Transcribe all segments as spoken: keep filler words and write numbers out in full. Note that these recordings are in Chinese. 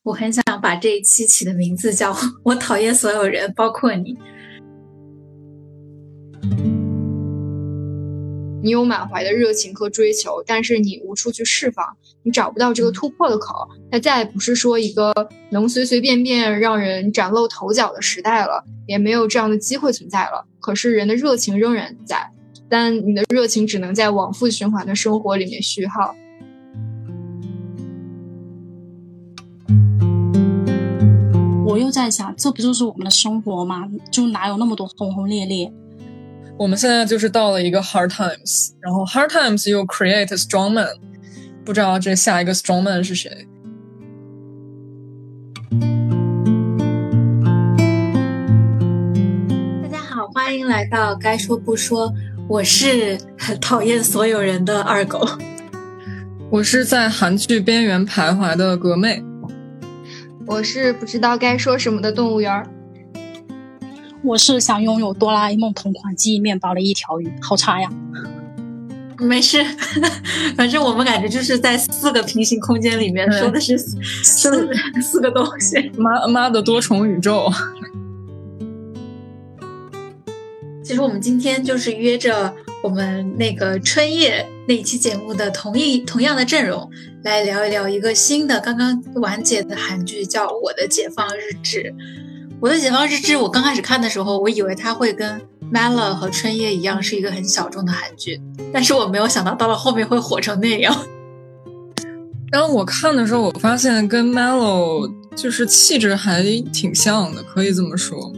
我很想把这一期起的名字叫我讨厌所有人，包括你。 你有满怀的热情和追求，但是你无处去释放，你找不到这个突破的口。它再也不是说一个能随随便便让人崭露头角的时代了，也没有这样的机会存在了。可是人的热情仍然在，但你的热情只能在往复循环的生活里面虚耗。 我又在想，这不就是我们的生活吗？就哪有那么多轰轰烈烈。 我们现在就是到了一个 hard times， 然后 hard times 又 create a strong man， 不知道这下一个 strong man 是谁。 大家好，欢迎来到该说不说，我是很讨厌所有人的二狗。 我是在韩剧边缘徘徊的格妹。 我是不知道该说什么的动物园。 我是想拥有哆啦 A 梦同款记忆面包的一条鱼，好差呀。 没事，反正我们感觉就是在四个平行空间里面说的是说的是四个东西。 妈妈的多重宇宙。 其实我们今天就是约着我们那个春夜那一期节目的同一同样的阵容来聊一聊一个新的刚刚完结的韩剧，叫《我的解放日志》。我的解放日志，我刚开始看的时候，我以为它会跟 Mala 和春夜一样是一个很小众的韩剧，但是我没有想到到了后面会火成那样。 然后我看的时候，我发现跟 Mala 就是气质还挺像的，可以这么说。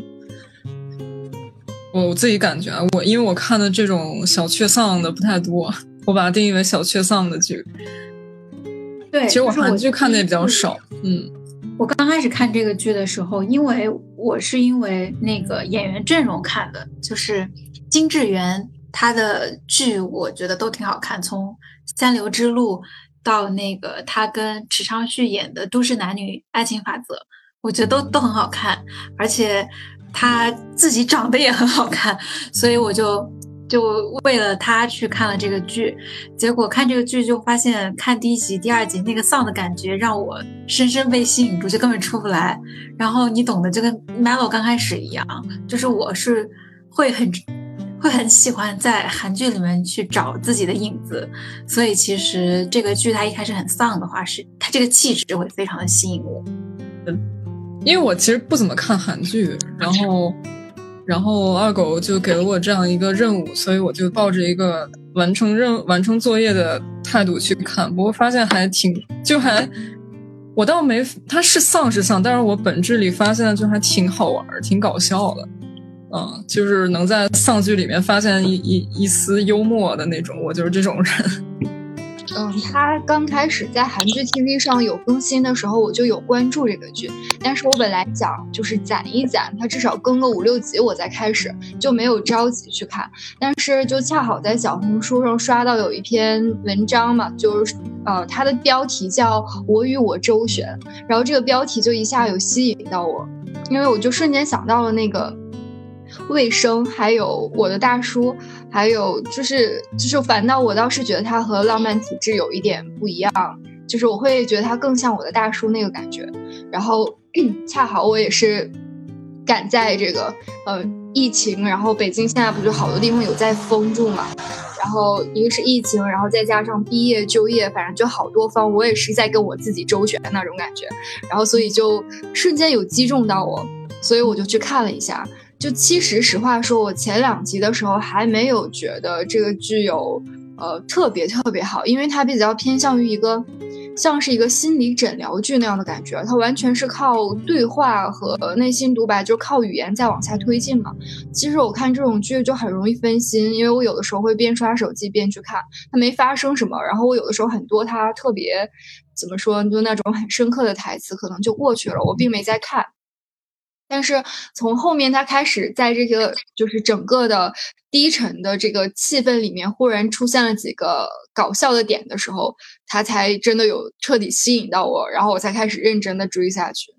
我自己感觉啊，我因为我看的这种小确丧的不太多，我把它定义为小确丧的剧。 对， 其实我韩剧看的也比较少，嗯。 我刚开始看这个剧的时候，因为我是因为那个演员阵容看的，就是金智媛她的剧我觉得都挺好看，从三流之路到那个她跟池昌旭演的都市男女爱情法则，我觉得都都很好看，而且她自己长得也很好看，所以我就就为了他去看了这个剧，结果看这个剧就发现看第一集第二集那个丧的感觉让我深深被吸引住，就根本出不来。然后你懂得，就跟 Melo 刚开始一样，就是我是会很会很喜欢在韩剧里面去找自己的影子，所以其实这个剧它一开始很丧的话，是它这个气质会非常的吸引我。 因为我其实不怎么看韩剧，然后然后二狗就给了我这样一个任务，所以我就抱着一个完成任完成作业的态度去看。不过发现还挺就还我倒没它是丧是丧，但是我本质里发现就还挺好玩挺搞笑的。嗯，就是能在丧剧里面发现一一一丝幽默的那种，我就是这种人。 嗯，他刚开始在韩剧 T V 上有更新的时候，我就有关注这个剧，但是我本来想就是攒一攒，他至少更个五六集我再开始，就没有着急去看。但是就恰好在小红书上刷到有一篇文章嘛，就是呃，它的标题叫《我与我周旋》，然后这个标题就一下有吸引到我，因为我就瞬间想到了那个卫生，还有我的大叔，还有就是就是反倒我倒是觉得他和浪漫体质有一点不一样，就是我会觉得他更像我的大叔那个感觉。然后、嗯、恰好我也是赶在这个呃疫情，然后北京现在不就好多地方有在封住嘛，然后一个是疫情，然后再加上毕业就业，反正就好多方，我也是在跟我自己周旋那种感觉，然后所以就瞬间有击中到我，所以我就去看了一下。就其实实话说，我前两集的时候还没有觉得这个剧有呃特别特别好，因为它比较偏向于一个像是一个心理诊疗剧那样的感觉，它完全是靠对话和内心独白，就靠语言再往下推进嘛。其实我看这种剧就很容易分心，因为我有的时候会边刷手机边去看，它没发生什么，然后我有的时候很多它特别怎么说，就那种很深刻的台词可能就过去了，我并没在看。但是从后面他开始在这个就是整个的低沉的这个气氛里面忽然出现了几个搞笑的点的时候，他才真的有彻底吸引到我，然后我才开始认真的追下去。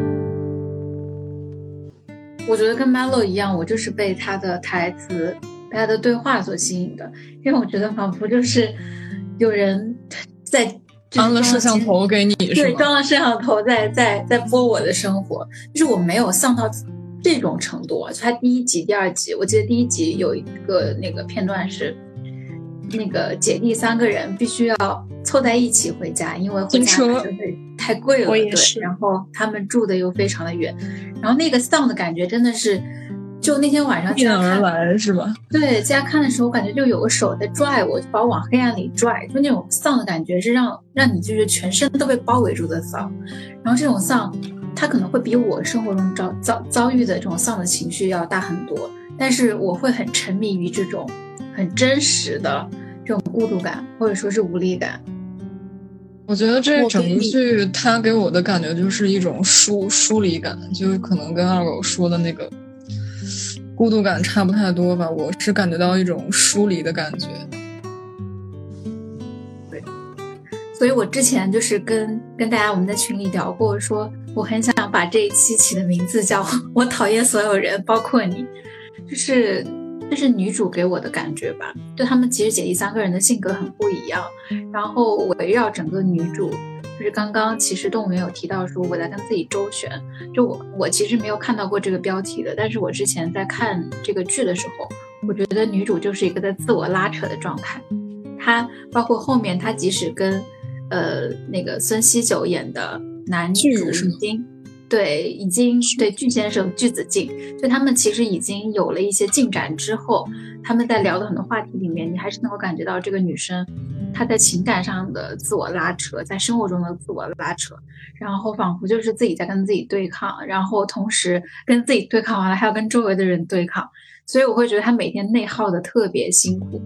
我觉得跟 Melo 一样，我就是被他的台词被他的对话所吸引的，因为我觉得仿佛就是有人在安了摄像头给你， 对，装了摄像头在在在播我的生活，就是我没有丧到这种程度。就他第一集、第二集，我记得第一集有一个那个片段是，那个姐弟三个人必须要凑在一起回家，因为回家就是太贵了，对，然后他们住的又非常的远，然后那个丧的感觉真的是。就那天晚上迎而来是吧？ 对，在家看的时候，我感觉就有个手在拽我，就把我往黑暗里拽，就那种丧的感觉是让让你就是全身都被包围住的丧。然后这种丧，它可能会比我生活中遭遭遭遇的这种丧的情绪要大很多，但是我会很沉迷于这种很真实的这种孤独感，或者说是无力感。 我觉得这整部剧它给我的感觉就是一种疏疏离感，就可能跟二狗说的那个孤独感差不太多吧，我是感觉到一种疏离的感觉。 对，所以我之前就是跟跟大家我们在群里聊过，说我很想把这一期起的名字叫我讨厌所有人包括你，就是这是女主给我的感觉吧，就他们其实姐弟三个人的性格很不一样，然后围绕整个女主，就是刚刚其实动物园有提到说我在跟自己周旋，就我我其实没有看到过这个标题的，但是我之前在看这个剧的时候，我觉得女主就是一个在自我拉扯的状态。她包括后面她即使跟呃那个孙锡久演的男主已经对已经对具先生具子敬，就他们其实已经有了一些进展之后，他们在聊的很多话题里面，你还是能够感觉到这个女生她在情感上的自我拉扯，在生活中的自我拉扯，然后仿佛就是自己在跟自己对抗，然后同时跟自己对抗完了还要跟周围的人对抗，所以我会觉得她每天内耗的特别辛苦。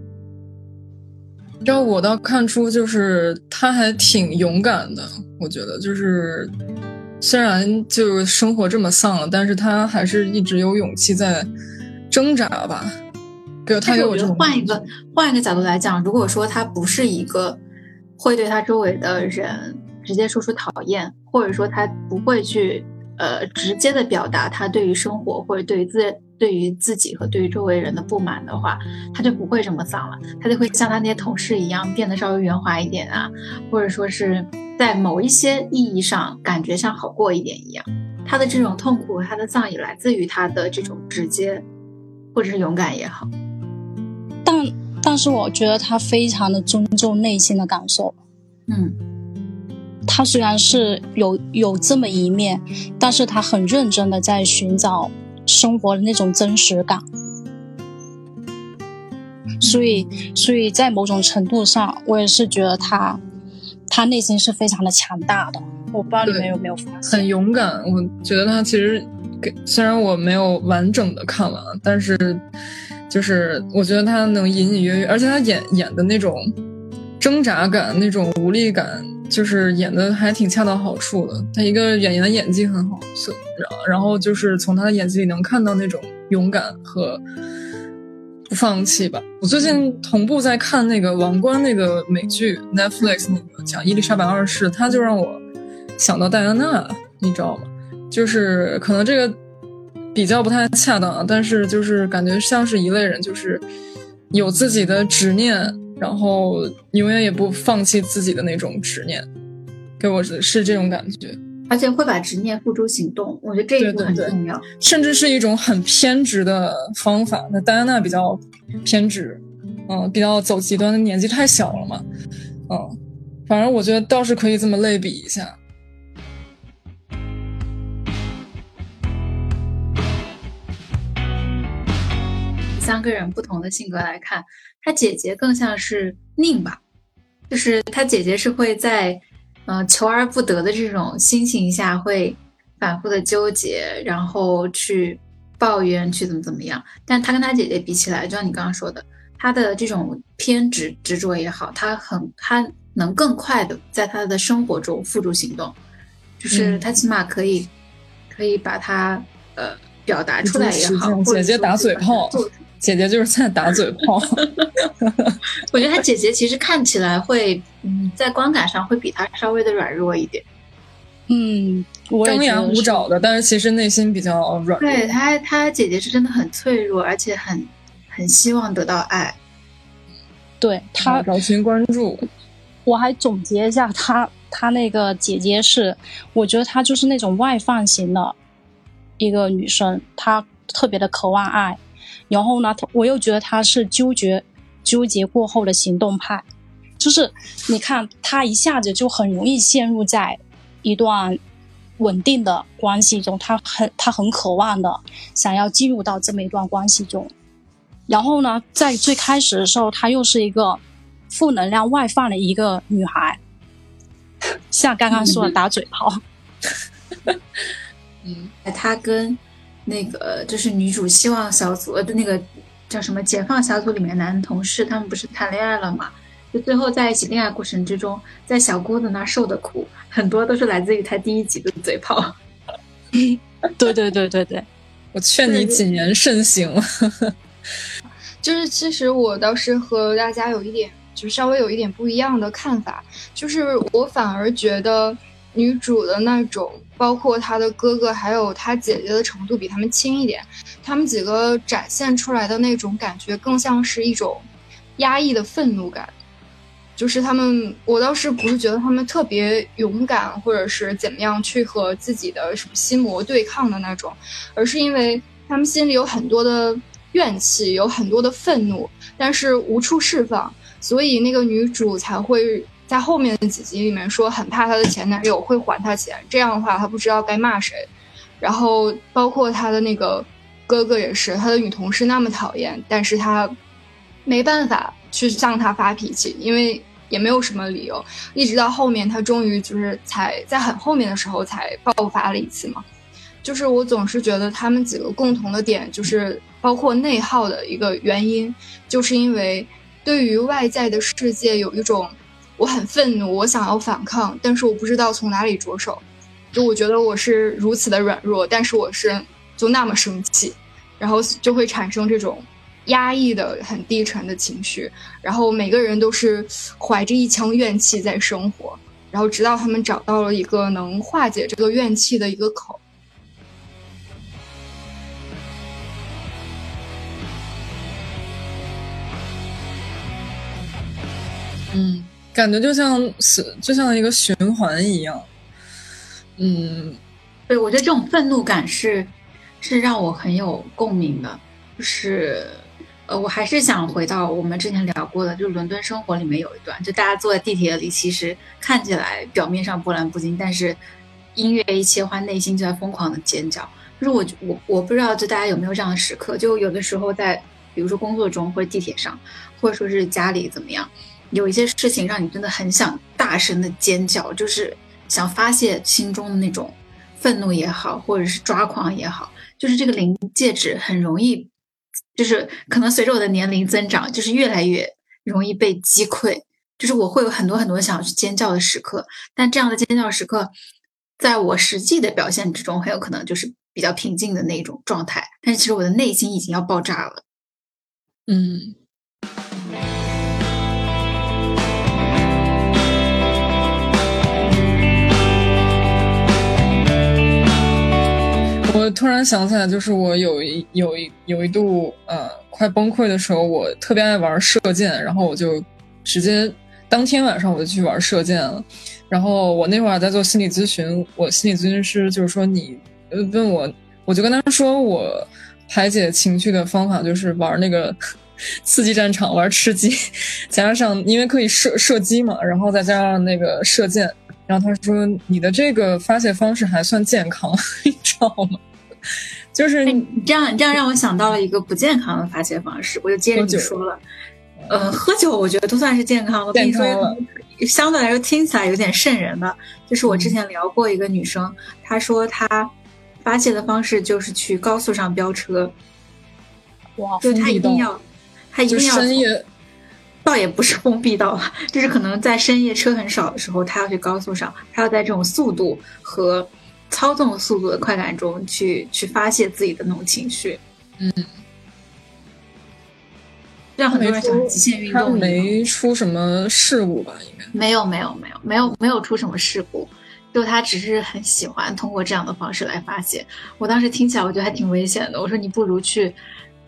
你知道我倒看出就是她还挺勇敢的，我觉得就是虽然就生活这么丧了，但是她还是一直有勇气在挣扎吧。给他给我这种换一个换一个角度来讲，如果说他不是一个会对他周围的人直接说出讨厌，或者说他不会去呃直接的表达他对于生活或者对于自对于自己和对于周围人的不满的话，他就不会这么丧了，他就会像他那些同事一样变得稍微圆滑一点啊，或者说是在某一些意义上感觉像好过一点一样。他的这种痛苦，他的丧也来自于他的这种直接或者是勇敢也好。 但但是我觉得他非常的尊重内心的感受。 嗯， 他虽然是有有这么一面，但是他很认真的在寻找生活的那种真实感。所以所以在某种程度上，我也是觉得他他内心是非常的强大的。我不知道你们有没有发现， 很勇敢。我觉得他其实虽然我没有完整的看完，但是就是我觉得他能隐隐约约，而且他演演的那种挣扎感，那种无力感，就是演的还挺恰到好处的。他一个演员的演技很好，然后就是从他的演技里能看到那种勇敢和不放弃吧。我最近同步在看那个《王冠》那个美剧 Netflix 那个讲伊丽莎白二世，他就让我想到戴安娜，你知道吗？就是可能这个比较不太恰当，但是就是感觉像是一类人，就是有自己的执念，然后永远也不放弃自己的那种执念，给我是这种感觉。 而且会把执念付诸行动，我觉得这一步很重要。 对对对，甚至是一种很偏执的方法。那戴安娜比较偏执，嗯，比较走极端的，年纪太小了嘛，嗯，反正我觉得倒是可以这么类比一下。 三个人不同的性格来看，他姐姐更像是宁吧，就是他姐姐是会在呃求而不得的这种心情下会反复的纠结，然后去抱怨，去怎么怎么样。但他跟他姐姐比起来，就像你刚刚说的，他的这种偏执执着也好，他很他能更快的在他的生活中付诸行动，就是他起码可以、嗯、可以把他呃表达出来也好， 姐姐打嘴炮。姐姐就是在打嘴炮。 我觉得她姐姐其实看起来会嗯，在观感上会比她稍微的软弱一点。 嗯， 张牙舞爪的，但是其实内心比较软弱。 对，她她姐姐是真的很脆弱，而且很很很希望得到爱。 对他找寻关注。 我还总结一下他他那个姐姐是，我觉得她就是那种外放型的一个女生，她特别的渴望爱，然后呢我又觉得她是纠结纠结过后的行动派，就是你看她一下子就很容易陷入在一段稳定的关系中，她很她很渴望的想要进入到这么一段关系中，然后呢在最开始的时候她又是一个负能量外放的一个女孩，像刚刚说的打嘴炮。 嗯，她跟那个就是女主希望小组的那个叫什么解放小组里面的男同事，他们不是谈恋爱了嘛？就最后在一起恋爱过程之中，在小姑子那受的苦很多都是来自于她第一集的嘴炮。 对对对对对， 我劝你谨言慎行。 就是其实我倒是和大家有一点就稍微有一点不一样的看法，就是我反而觉得女主的那种包括她的哥哥还有她姐姐的程度比他们轻一点，他们几个展现出来的那种感觉更像是一种压抑的愤怒感，就是他们我倒是不是觉得他们特别勇敢或者是怎么样去和自己的什么心魔对抗的那种，而是因为他们心里有很多的怨气，有很多的愤怒，但是无处释放，所以那个女主才会在后面的几集里面说很怕她的前男友会还她钱，这样的话她不知道该骂谁。然后包括她的那个哥哥也是，她的女同事那么讨厌，但是她没办法去向她发脾气，因为也没有什么理由，一直到后面她终于就是才在很后面的时候才爆发了一次嘛。就是我总是觉得他们几个共同的点就是包括内耗的一个原因，就是因为对于外在的世界有一种我很愤怒，我想要反抗，但是我不知道从哪里着手，就我觉得我是如此的软弱，但是我是就那么生气，然后就会产生这种压抑的很低沉的情绪，然后每个人都是怀着一腔怨气在生活，然后直到他们找到了一个能化解这个怨气的一个口。 嗯，感觉就像是就像一个循环一样。嗯， 对，我觉得这种愤怒感是是让我很有共鸣的，就是呃，我还是想回到我们之前聊过的，就是《伦敦生活》里面有一段，就大家坐在地铁里，其实看起来表面上波澜不惊，但是音乐一切换，内心就在疯狂的尖叫。就是我我我不知道，就大家有没有这样的时刻，就有的时候在比如说工作中或者地铁上，或者说是家里怎么样。有一些事情让你真的很想大声的尖叫，就是想发泄心中的那种愤怒也好，或者是抓狂也好，就是这个临界值很容易，就是可能随着我的年龄增长，就是越来越容易被击溃，就是我会有很多很多想要去尖叫的时刻，但这样的尖叫时刻在我实际的表现之中很有可能就是比较平静的那种状态，但是其实我的内心已经要爆炸了。 嗯，我突然想起来，就是我有一有一有一度呃快崩溃的时候，我特别爱玩射箭，然后我就直接当天晚上我就去玩射箭了。然后我那会儿在做心理咨询，我心理咨询师就是说你问我，我就跟他说我排解情绪的方法就是玩那个刺激战场，玩吃鸡，加上因为可以射射击嘛，然后再加上那个射箭。然后他说你的这个发泄方式还算健康，你知道吗？就是你这样，你这样让我想到了一个不健康的发泄方式，我就接着你说了。呃，喝酒我觉得都算是健康的， 健康了。 相对来说听起来有点瘆人的，就是我之前聊过一个女生，嗯、她说她发泄的方式就是去高速上飙车。 哇， 就她一定要，她一定要深夜。 倒也不是封闭到了，就是可能在深夜车很少的时候，他要去高速上，他要在这种速度和操纵速度的快感中去去发泄自己的那种情绪。 嗯， 让很多人想极限运动。 他没出什么事故吧？应该没有，没有，没有，没有，没有出什么事故。就他只是很喜欢通过这样的方式来发泄。我当时听起来我觉得还挺危险的，我说你不如去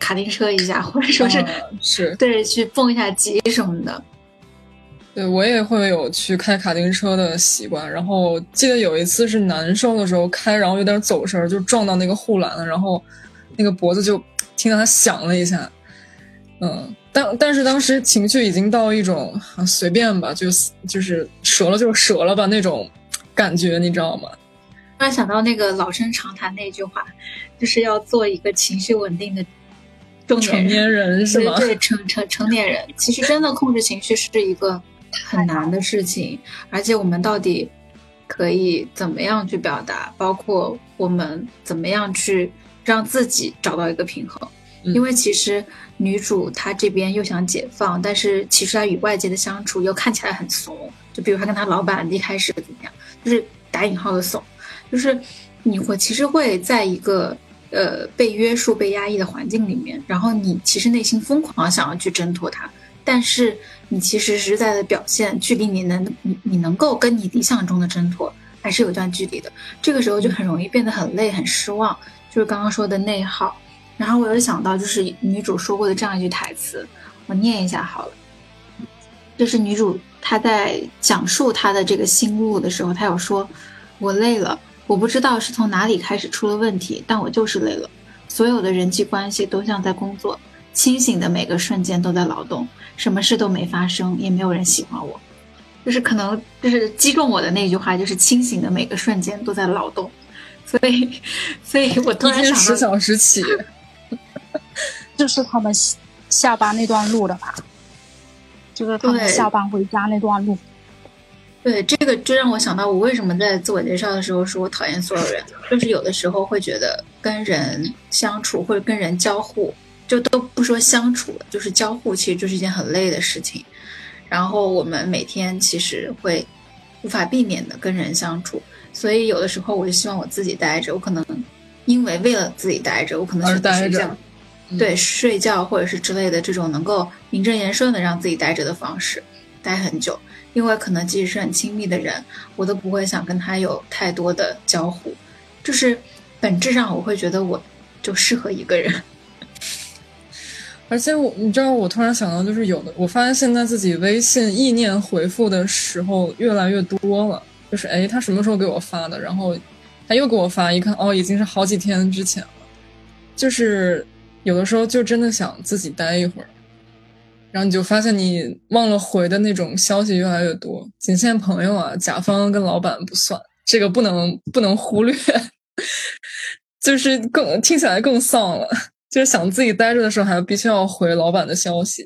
卡丁车一下，或者说是、 啊、是对去蹦一下极什么的。 对，我也会有去开卡丁车的习惯，然后记得有一次是难受的时候开，然后有点走神，就撞到那个护栏了，然后那个脖子就听到它响了一下，嗯，但但是当时情绪已经到一种、啊、随便吧，就就是折了就折了吧那种感觉，你知道吗？ 突然想到那个老生常谈那句话，就是要做一个情绪稳定的中年人成年人是吗？ 对对，成成成年人，其实真的控制情绪是一个很难的事情，而且我们到底可以怎么样去表达，包括我们怎么样去让自己找到一个平衡。 嗯、 因为其实女主她这边又想解放，但是其实她与外界的相处又看起来很怂，就比如她跟她老板一开始怎么样，就是打引号的怂，就是你会其实会在一个呃被约束被压抑的环境里面，然后你其实内心疯狂想要去挣脱它，但是你其实实在的表现距离你能你你能够跟你理想中的挣脱还是有一段距离的，这个时候就很容易变得很累很失望，就是刚刚说的内耗。然后我有想到就是女主说过的这样一句台词，我念一下好了，就是女主她在讲述她的这个心路的时候，她有说，我累了，我不知道是从哪里开始出了问题，但我就是累了，所有的人际关系都像在工作，清醒的每个瞬间都在劳动，什么事都没发生，也没有人喜欢我。就是可能就是击中我的那句话，就是清醒的每个瞬间都在劳动。所以所以我突然想到一天十小时起就是他们下班那段路的吧，就是他们下班回家那段路。 对，这个就让我想到我为什么在自我介绍的时候说我讨厌所有人，就是有的时候会觉得跟人相处或者跟人交互，就都不说相处了，就是交互其实就是一件很累的事情，然后我们每天其实会无法避免的跟人相处，所以有的时候我就希望我自己待着，我可能因为为了自己待着，我可能选择睡觉，对，睡觉或者是之类的这种能够名正言顺的让自己待着的方式待很久，因为可能即使是很亲密的人，我都不会想跟他有太多的交互，就是本质上我会觉得我就适合一个人。 而且我你知道我突然想到，就是有的我发现现在自己微信意念回复的时候越来越多了，就是哎他什么时候给我发的，然后他又给我发，一看哦已经是好几天之前了，就是有的时候就真的想自己待一会儿，然后你就发现你忘了回的那种消息越来越多，仅限朋友啊，甲方跟老板不算，这个不能不能忽略，就是更听起来更丧了，就是想自己待着的时候还必须要回老板的消息。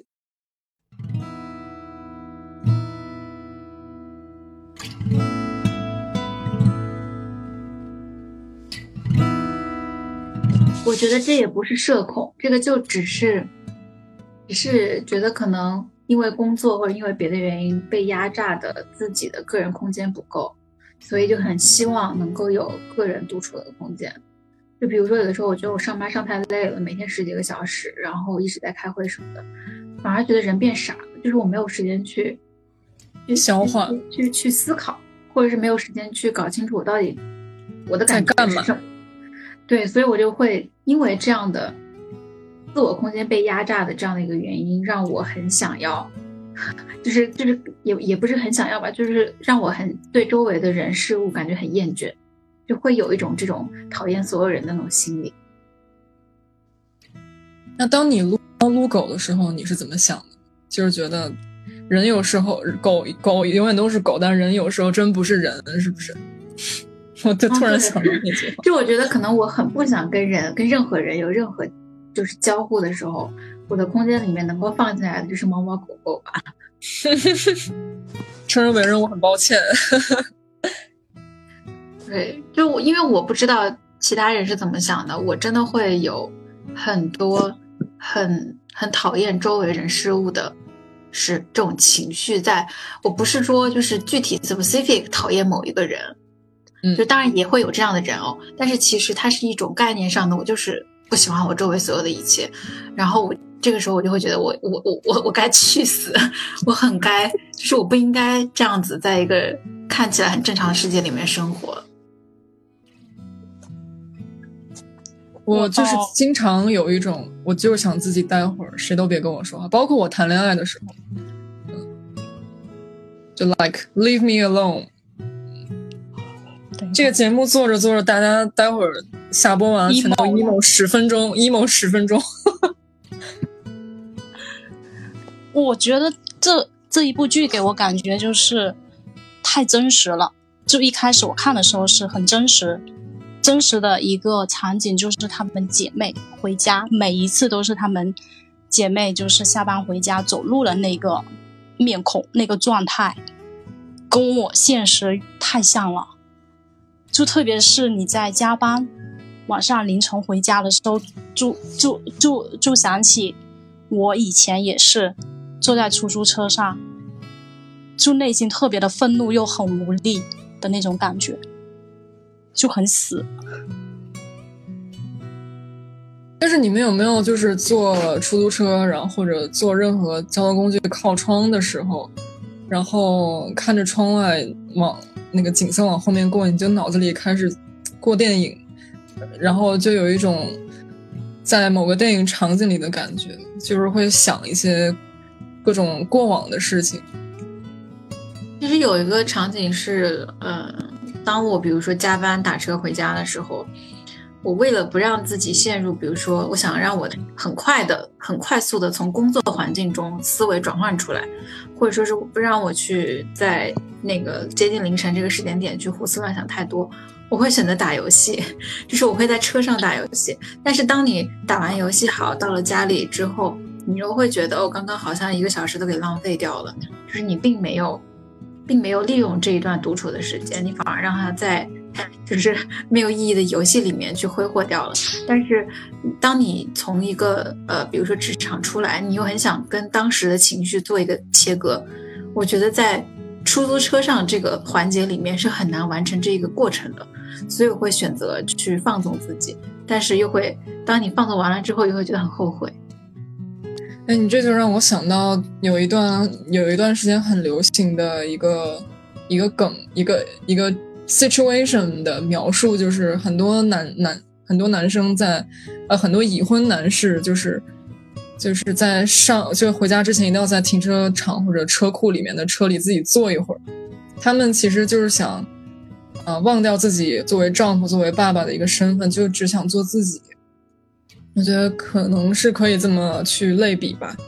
我觉得这也不是社恐，这个就只是只是觉得可能因为工作或者因为别的原因被压榨的自己的个人空间不够，所以就很希望能够有个人独处的空间。就比如说有的时候我觉得我上班上太累了，每天十几个小时，然后一直在开会什么的，反而觉得人变傻了，就是我没有时间去去消化去去去思考，或者是没有时间去搞清楚我到底我的感觉是什么。对，所以我就会因为这样的自我空间被压榨的这样的一个原因，让我很想要，就是就是也也不是很想要吧，就是让我很对周围的人事物感觉很厌倦，就会有一种这种讨厌所有人的那种心理。 那当你撸撸狗的时候，你是怎么想的？就是觉得人有时候狗狗永远都是狗，但人有时候真不是人，是不是？我就突然想到那句话， 就我觉得可能我很不想跟人跟任何人有任何就是交互的时候，我的空间里面能够放进来的就是猫猫狗狗吧。 生人为人我很抱歉。 对，就我因为我不知道其他人是怎么想的，我真的会有很多很很讨厌周围人事物的是这种情绪在，我不是说就是具体 specific 讨厌某一个人，就当然也会有这样的人哦，但是其实它是一种概念上的，我就是不喜欢我周围所有的一切，然后我这个时候我就会觉得我我我我我该去死，我很该，就是我不应该这样子在一个看起来很正常的世界里面生活。 我就是经常有一种，我就是想自己待会儿，谁都别跟我说话，包括我谈恋爱的时候，嗯，就 like leave me alone。这个节目做着做着，大家待会儿下播完全都 emo 十分钟 ，emo 十分钟。 我觉得这这一部剧给我感觉就是太真实了。就一开始我看的时候是很真实，真实的一个场景就是她们姐妹回家，每一次都是她们姐妹就是下班回家走路的那个面孔，那个状态，跟我现实太像了。就特别是你在加班，晚上凌晨回家的时候，就就就就想起我以前也是坐在出租车上，就内心特别的愤怒又很无力的那种感觉，就很死。 但是你们有没有就是坐出租车，然后或者坐任何交通工具靠窗的时候，然后看着窗外往那个景色往后面过，你就脑子里开始过电影，然后就有一种在某个电影场景里的感觉，就是会想一些各种过往的事情。 其实有一个场景是，呃，当我比如说加班打车回家的时候，我为了不让自己陷入，比如说我想让我很快的、很快速的从工作环境中思维转换出来，或者说是不让我去在那个接近凌晨这个时间点去胡思乱想太多，我会选择打游戏，就是我会在车上打游戏。但是当你打完游戏好到了家里之后，你又会觉得哦，刚刚好像一个小时都给浪费掉了，就是你并没有并没有利用这一段独处的时间，你反而让它在就是没有意义的游戏里面去挥霍掉了。但是当你从一个呃比如说职场出来，你又很想跟当时的情绪做一个切割，我觉得在出租车上这个环节里面是很难完成这个过程的，所以我会选择去放纵自己，但是又会当你放纵完了之后又会觉得很后悔。 哎，你这就让我想到有一段有一段时间很流行的一个一个梗，一个一个 situation 的描述，就是很多男男很多男生在呃很多已婚男士就是就是在上就回家之前一定要在停车场或者车库里面的车里自己坐一会儿，他们其实就是想呃忘掉自己作为丈夫作为爸爸的一个身份，就只想做自己。我觉得可能是可以这么去类比吧。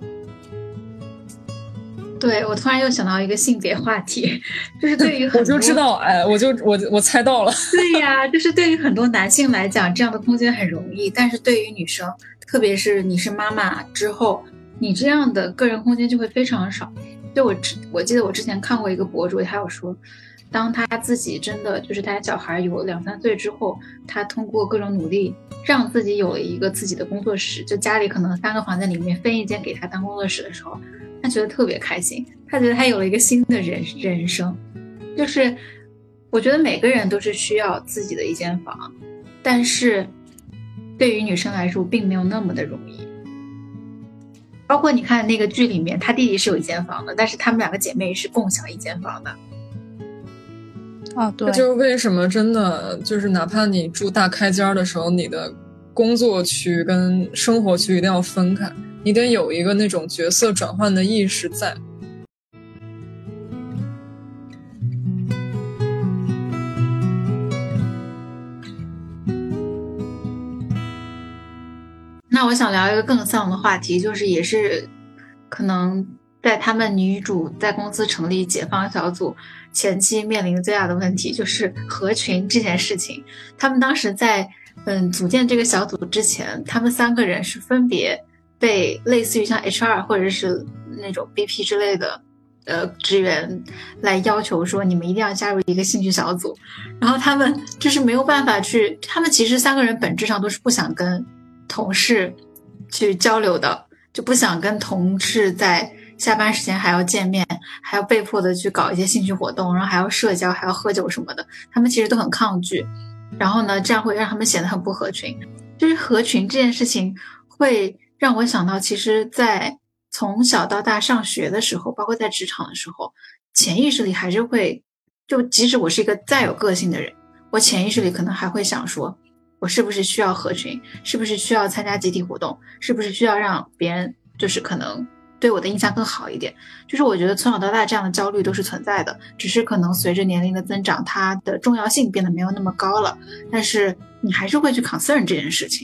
对，我突然又想到一个性别话题，就是对于很多我就知道，哎，我就我我猜到了。 对呀，就是对于很多男性来讲，这样的空间很容易，但是对于女生，特别是你是妈妈之后，你这样的个人空间就会非常少。就我我记得我之前看过一个博主，他有说，当他自己真的就是他小孩有两三岁之后，他通过各种努力让自己有了一个自己的工作室，就家里可能三个房间里面分一间给他当工作室的时候，他觉得特别开心，他觉得他有了一个新的人人生。就是我觉得每个人都是需要自己的一间房，但是对于女生来说并没有那么的容易。包括你看那个剧里面，他弟弟是有一间房的，但是他们两个姐妹是共享一间房的。 啊，对， 这就是为什么真的就是哪怕你住大开间的时候，你的工作区跟生活区一定要分开，你得有一个那种角色转换的意识在。 那我想聊一个更丧的话题，就是也是可能在他们女主在公司成立解放小组前期面临最大的问题，就是合群这件事情。他们当时在嗯组建这个小组之前，他们三个人是分别被类似于像 H R 或者是那种 B P 之类的呃职员来要求说，你们一定要加入一个兴趣小组。然后他们就是没有办法去，他们其实三个人本质上都是不想跟同事去交流的，就不想跟同事在下班时间还要见面，还要被迫的去搞一些兴趣活动，然后还要社交，还要喝酒什么的，他们其实都很抗拒。然后呢，这样会让他们显得很不合群。就是合群这件事情会让我想到，其实在从小到大上学的时候，包括在职场的时候，潜意识里还是会，就即使我是一个再有个性的人，我潜意识里可能还会想说， 我是不是需要合群，是不是需要参加集体活动，是不是需要让别人就是可能对我的印象更好一点。就是我觉得从小到大这样的焦虑都是存在的，只是可能随着年龄的增长，它的重要性变得没有那么高了，但是你还是会去 concern 这件事情。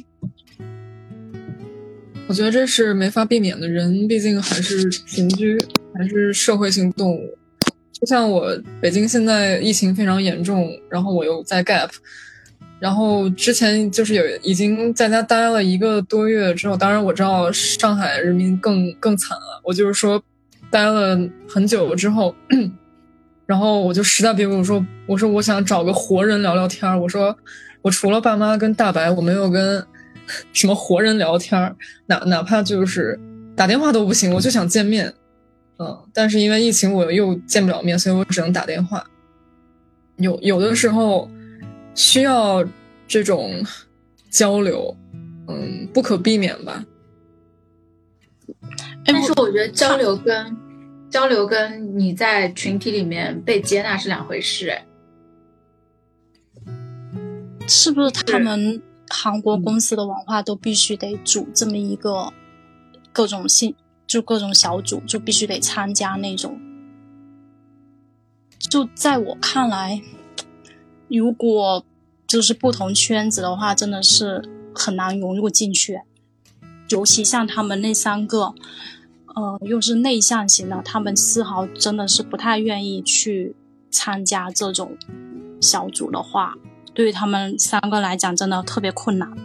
我觉得这是没法避免的，人毕竟还是群居，还是社会性动物。就像我北京现在疫情非常严重，然后我又在 gap， 然后之前就是有已经在家待了一个多月之后，当然我知道上海人民更更惨了，我就是说待了很久之后，然后我就实在憋不住，说我说我想找个活人聊聊天，我说我除了爸妈跟大白，我没有跟什么活人聊天，哪哪怕就是打电话都不行，我就想见面。嗯，但是因为疫情我又见不了面，所以我只能打电话。有有的时候需要这种交流，嗯，不可避免吧。 但是我觉得交流跟交流跟你在群体里面被接纳是两回事。哎， 是不是他们韩国公司的文化都必须得组这么一个各种性就各种小组，就必须得参加那种。就在我看来，如果就是不同圈子的话，真的是很难融入进去。尤其像他们那三个，呃，又是内向型的，他们丝毫真的是不太愿意去参加这种小组的话，对于他们三个来讲，真的特别困难。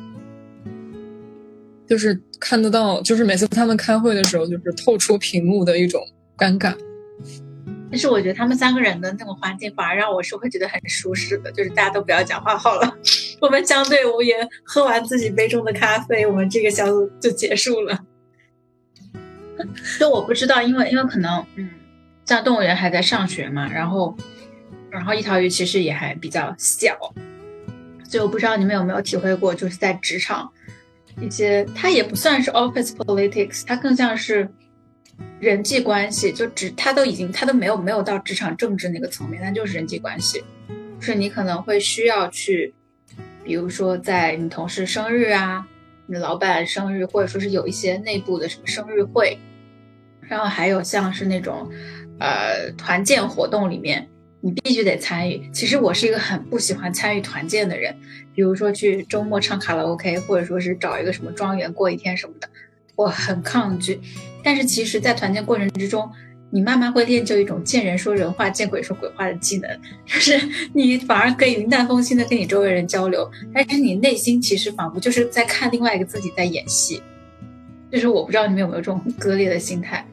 就是看得到，就是每次他们开会的时候，就是透出屏幕的一种尴尬。 但是我觉得他们三个人的那种环境反而让我是会觉得很舒适的，就是大家都不要讲话好了，我们相对无言，喝完自己杯中的咖啡，我们这个小组就结束了。就我不知道，因为因为可能嗯，像动物园还在上学嘛，然后然后一条鱼其实也还比较小，所以我不知道你们有没有体会过，就是在职场一些，它也不算是 office politics， 它更像是人际关系，就只它都已经它都没有没有到职场政治那个层面，它就是人际关系。就是你可能会需要去，比如说在你同事生日啊，你的老板生日，或者说是有一些内部的什么生日会，然后还有像是那种呃团建活动里面你必须得参与。其实我是一个很不喜欢参与团建的人，比如说去周末唱卡拉 OK， 或者说是找一个什么庄园过一天什么的，我很抗拒。但是其实在团建过程之中，你慢慢会练就一种见人说人话见鬼说鬼话的技能，就是你反而可以云淡风轻的跟你周围人交流，但是你内心其实仿佛就是在看另外一个自己在演戏。就是我不知道你们有没有这种很割裂的心态。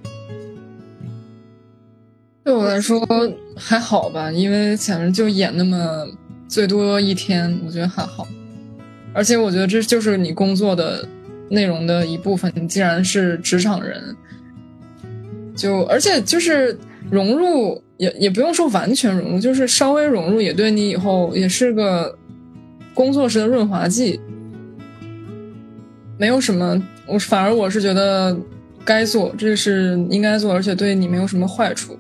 对我来说还好吧，因为反正就演那么最多一天，我觉得还好。而且我觉得这就是你工作的内容的一部分，你既然是职场人，就而且就是融入也也不用说完全融入，就是稍微融入也对你以后也是个工作时的润滑剂。没有什么，我反而我是觉得该做，这是应该做，而且对你没有什么坏处。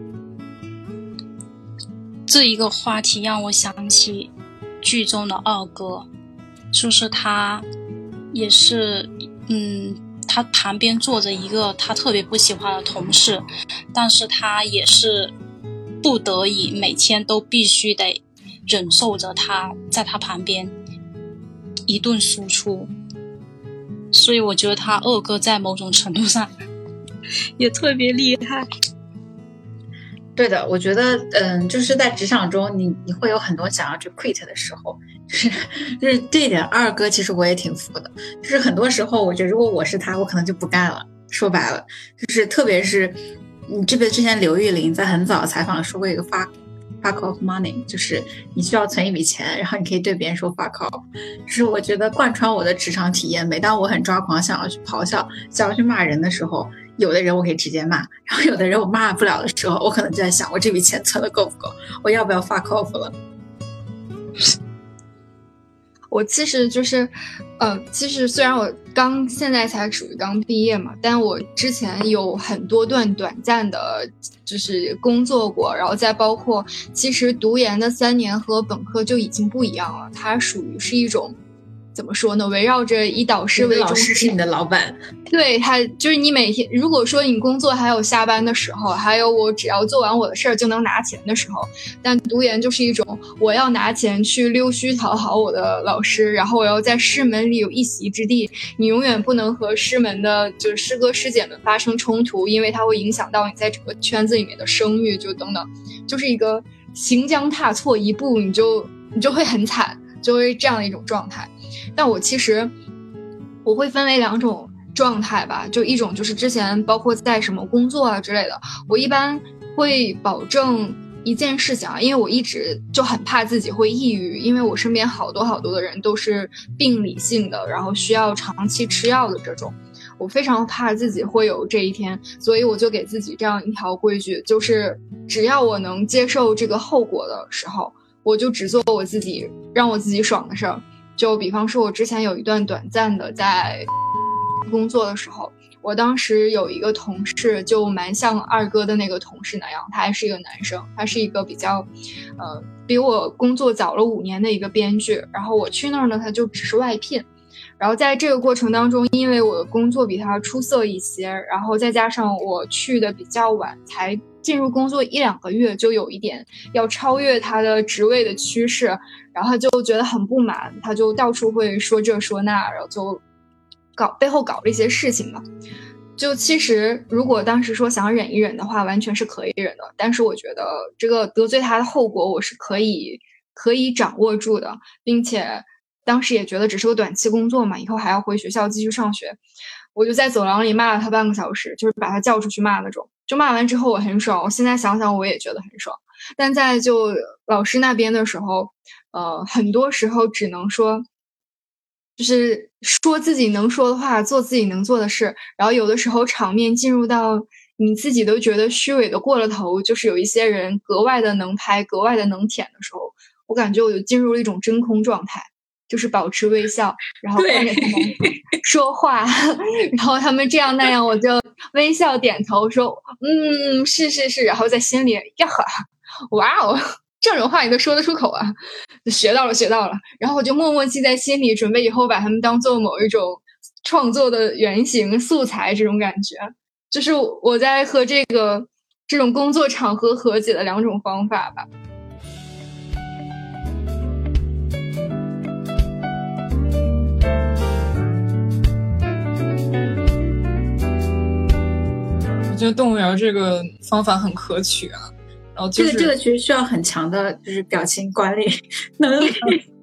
这一个话题让我想起剧中的二哥，就是他也是嗯他旁边坐着一个他特别不喜欢的同事，但是他也是不得已每天都必须得忍受着他在他旁边一顿输出。所以我觉得他二哥在某种程度上也特别厉害。 对的，我觉得嗯，就是在职场中你你会有很多想要去 quit 的时候，就是就是这一点二哥其实我也挺服的。就是很多时候我觉得如果我是他，我可能就不干了。说白了，就是特别是你记不记得之前刘玉玲在很早采访说过一个 fuck fuck off money， 就是你需要存一笔钱，然后你可以对别人说 fuck off。就是我觉得贯穿我的职场体验，每当我很抓狂想要去咆哮想要去骂人的时候，有的人我可以直接骂，然后有的人我骂不了的时候，我可能就在想我这笔钱存的够不够，我要不要 fuck off 了。 我其实就是呃，其实虽然我刚现在才属于刚毕业嘛，但我之前有很多段短暂的就是工作过，然后再包括其实读研的三年和本科就已经不一样了，它属于是一种怎么说呢？围绕着以导师为中心。 老师是你的老板， 对，他就是你每天，如果说你工作还有下班的时候，还有我只要做完我的事儿就能拿钱的时候，但读研就是一种我要拿钱去溜须讨好我的老师，然后我要在师门里有一席之地，你永远不能和师门的就是师哥师姐们发生冲突，因为它会影响到你在整个圈子里面的声誉，就等等，就是一个行将踏错一步你就你就会很惨，就会这样的一种状态。但我其实我会分为两种状态吧，就一种就是之前包括在什么工作啊之类的，我一般会保证一件事情啊，因为我一直就很怕自己会抑郁，因为我身边好多好多的人都是病理性的，然后需要长期吃药的这种，我非常怕自己会有这一天，所以我就给自己这样一条规矩，就是只要我能接受这个后果的时候，我就只做我自己让我自己爽的事儿。就比方说我之前有一段短暂的在工作的时候，我当时有一个同事就蛮像二哥的那个同事那样，他还是一个男生，他是一个比较呃比我工作早了五年的一个编剧，然后我去那儿呢他就只是外聘，然后在这个过程当中，因为我的工作比他出色一些，然后再加上我去的比较晚，才进入工作一两个月，就有一点要超越他的职位的趋势，然后他就觉得很不满，他就到处会说这说那，然后就搞背后搞了一些事情嘛。就其实如果当时说想忍一忍的话，完全是可以忍的，但是我觉得这个得罪他的后果我是可以可以掌握住的，并且当时也觉得只是个短期工作嘛，以后还要回学校继续上学，我就在走廊里骂了他半个小时，就是把他叫出去骂那种。就骂完之后我很爽，我现在想想我也觉得很爽。但在就老师那边的时候，呃，很多时候只能说就是说自己能说的话，做自己能做的事，然后有的时候场面进入到你自己都觉得虚伪的过了头，就是有一些人格外的能拍，格外的能舔的时候，我感觉我就进入了一种真空状态，就是保持微笑，然后看着他们说话，然后他们这样那样，我就微笑点头说嗯是是是，然后在心里呀呵，哇哦，这种话你都说得出口啊，学到了学到了，然后我就默默记在心里，准备以后把他们当做某一种创作的原型素材，这种感觉就是我在和这个这种工作场合和解的两种方法吧。 我觉得动物园这个方法很可取啊，然后、就是、 这个这个其实需要很强的就是表情管理能力。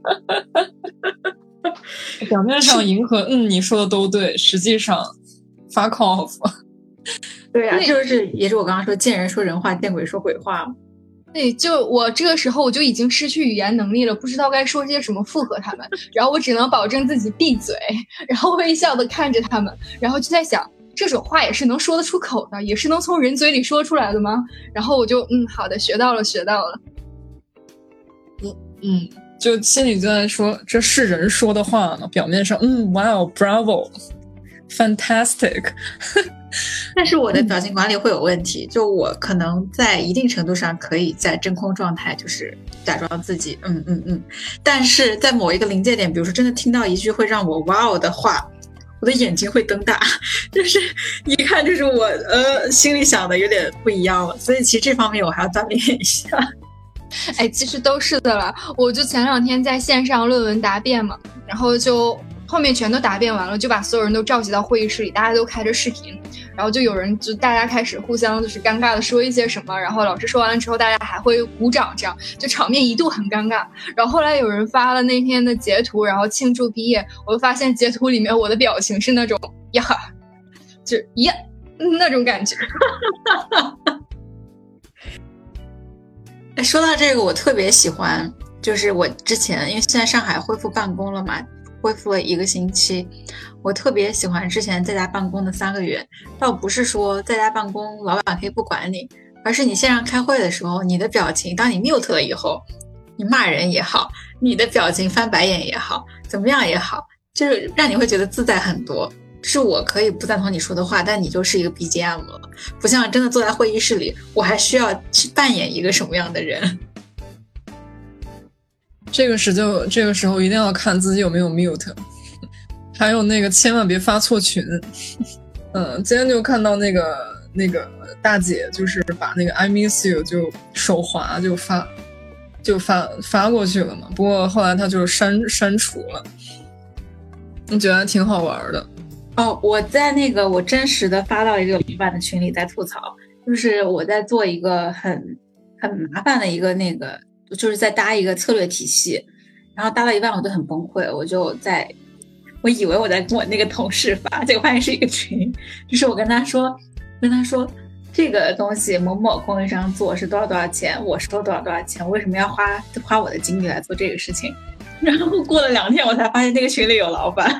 表面上迎合嗯你说的都对，实际上 fuck off。 对啊，就是也是我刚刚说见人说人话，见鬼说鬼话。 对，就我这个时候我就已经失去语言能力了，不知道该说些什么附和他们，然后我只能保证自己闭嘴，然后微笑的看着他们，然后就在想这种话也是能说得出口的，也是能从人嘴里说出来的吗？然后我就嗯好的，学到了学到了。 嗯嗯，就心里就在说这是人说的话呢，表面上嗯 wow bravo fantastic。 但是我的表情管理会有问题，就我可能在一定程度上可以在真空状态，就是假装自己嗯嗯嗯，但是在某一个临界点，比如说真的听到一句会让我哇哦的话，我的眼睛会瞪大，就是一看就是我呃心里想的有点不一样了，所以其实这方面我还要锻炼一下。 哎，其实都是的了，我就前两天在线上论文答辩嘛，然后就后面全都答辩完了，就把所有人都召集到会议室里，大家都开着视频，然后就有人就大家开始互相就是尴尬的说一些什么，然后老师说完了之后大家还会鼓掌，这样就场面一度很尴尬。然后后来有人发了那天的截图，然后庆祝毕业，我就发现截图里面我的表情是那种呀就呀那种感觉。 说到这个我特别喜欢，就是我之前因为现在上海恢复办公了嘛，恢复了一个星期，我特别喜欢之前在家办公的三个月，倒不是说在家办公老板可以不管你，而是你线上开会的时候，你的表情当你 mute 了以后，你骂人也好，你的表情翻白眼也好，怎么样也好，就是让你会觉得自在很多。是我可以不赞同你说的话，但你就是一个 B G M 了，不像真的坐在会议室里，我还需要去扮演一个什么样的人。 这个时就这个时候一定要看自己有没有 mute， 还有那个千万别发错群。嗯，今天就看到那个那个大姐就是把那个 I miss you 就手滑就发就发发过去了嘛，不过后来她就删删除了。我觉得还挺好玩的。 哦，我在那个我真实的发到一个老板的群里在吐槽，就是我在做一个很很麻烦的一个那个，就是在搭一个策略体系，然后搭到一半我就很崩溃，我就在我以为我在跟我那个同事发，结果发现是一个群，就是我跟他说跟他说这个东西某某供应商做是多少多少钱，我收多少多少钱，为什么要花花我的精力来做这个事情？然后过了两天我才发现那个群里有老板。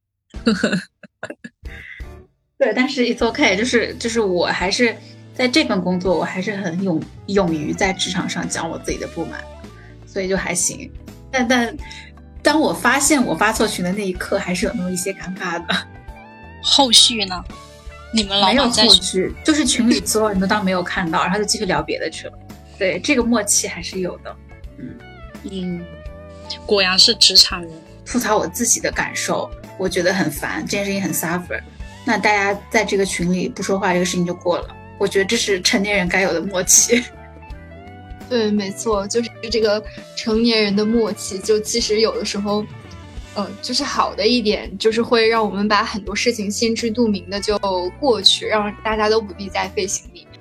对，但是 it's okay， 就是就是我还是在这份工作，我还是很勇勇于在职场上讲我自己的不满，所以就还行。但但当我发现我发错群的那一刻，还是有那么一些尴尬的。 后续呢？你们老没有板在后续，就是群里所有人都当没有看到，然后就继续聊别的去了。对，这个默契还是有的。嗯嗯，果然是职场人。 吐槽我自己的感受，我觉得很烦，这件事情很 suffer。那大家在这个群里不说话，这个事情就过了。我觉得这是成年人该有的默契。 对，没错，就是这个成年人的默契。就其实有的时候，呃，就是好的一点，就是会让我们把很多事情心知肚明的就过去，让大家都不必再费心力。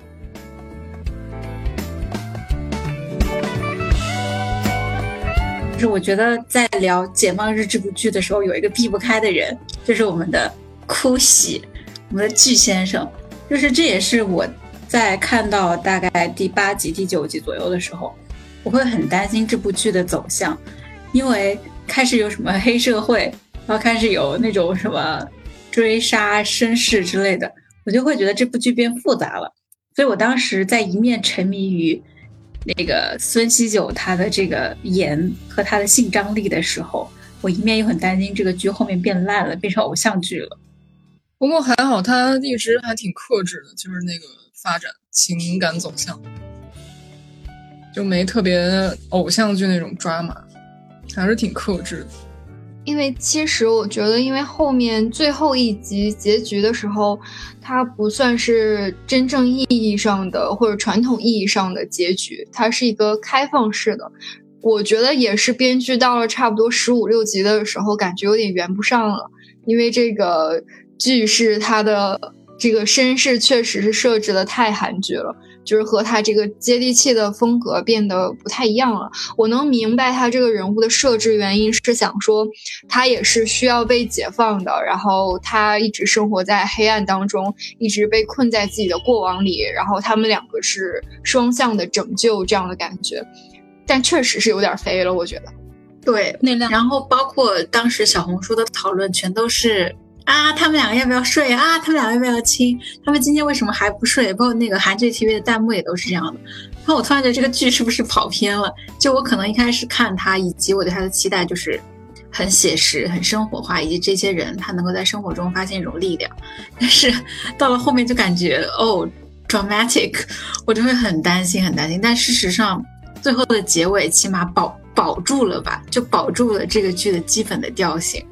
就是我觉得在聊《解放日》这部剧的时候，有一个避不开的人，就是我们的哭喜，我们的巨先生。就是这也是我在看到大概第八集第九集左右的时候，我会很担心这部剧的走向，因为开始有什么黑社会，然后开始有那种什么追杀绅士之类的，我就会觉得这部剧变复杂了。所以我当时在一面沉迷于那个孙锡久他的这个颜和他的性张力的时候，我一面又很担心这个剧后面变烂了，变成偶像剧了。 不过还好他一直还挺克制的，就是那个发展情感走向就没特别偶像剧那种抓马，还是挺克制的。 因为其实我觉得，因为后面最后一集结局的时候，它不算是真正意义上的或者传统意义上的结局，它是一个开放式的。我觉得也是编剧到了差不多十五六集的时候，感觉有点圆不上了，因为这个剧是它的这个身世确实是设置的太韩剧了，就是和他这个接地气的风格变得不太一样了。我能明白他这个人物的设置原因是想说他也是需要被解放的，然后他一直生活在黑暗当中，一直被困在自己的过往里，然后他们两个是双向的拯救这样的感觉，但确实是有点飞了，我觉得。 对，然后包括当时小红书的讨论全都是啊，他们两个要不要睡啊？他们两个要不要亲？他们今天为什么还不睡？包括那个韩剧 T V 的弹幕也都是这样的。然后我突然觉得这个剧是不是跑偏了？就我可能一开始看它，以及我对它的期待就是很写实、很生活化，以及这些人他能够在生活中发现一种力量。但是到了后面就感觉哦 dramatic， 我就会很担心、很担心。但事实上，最后的结尾起码保保住了吧，就保住了这个剧的基本的调性。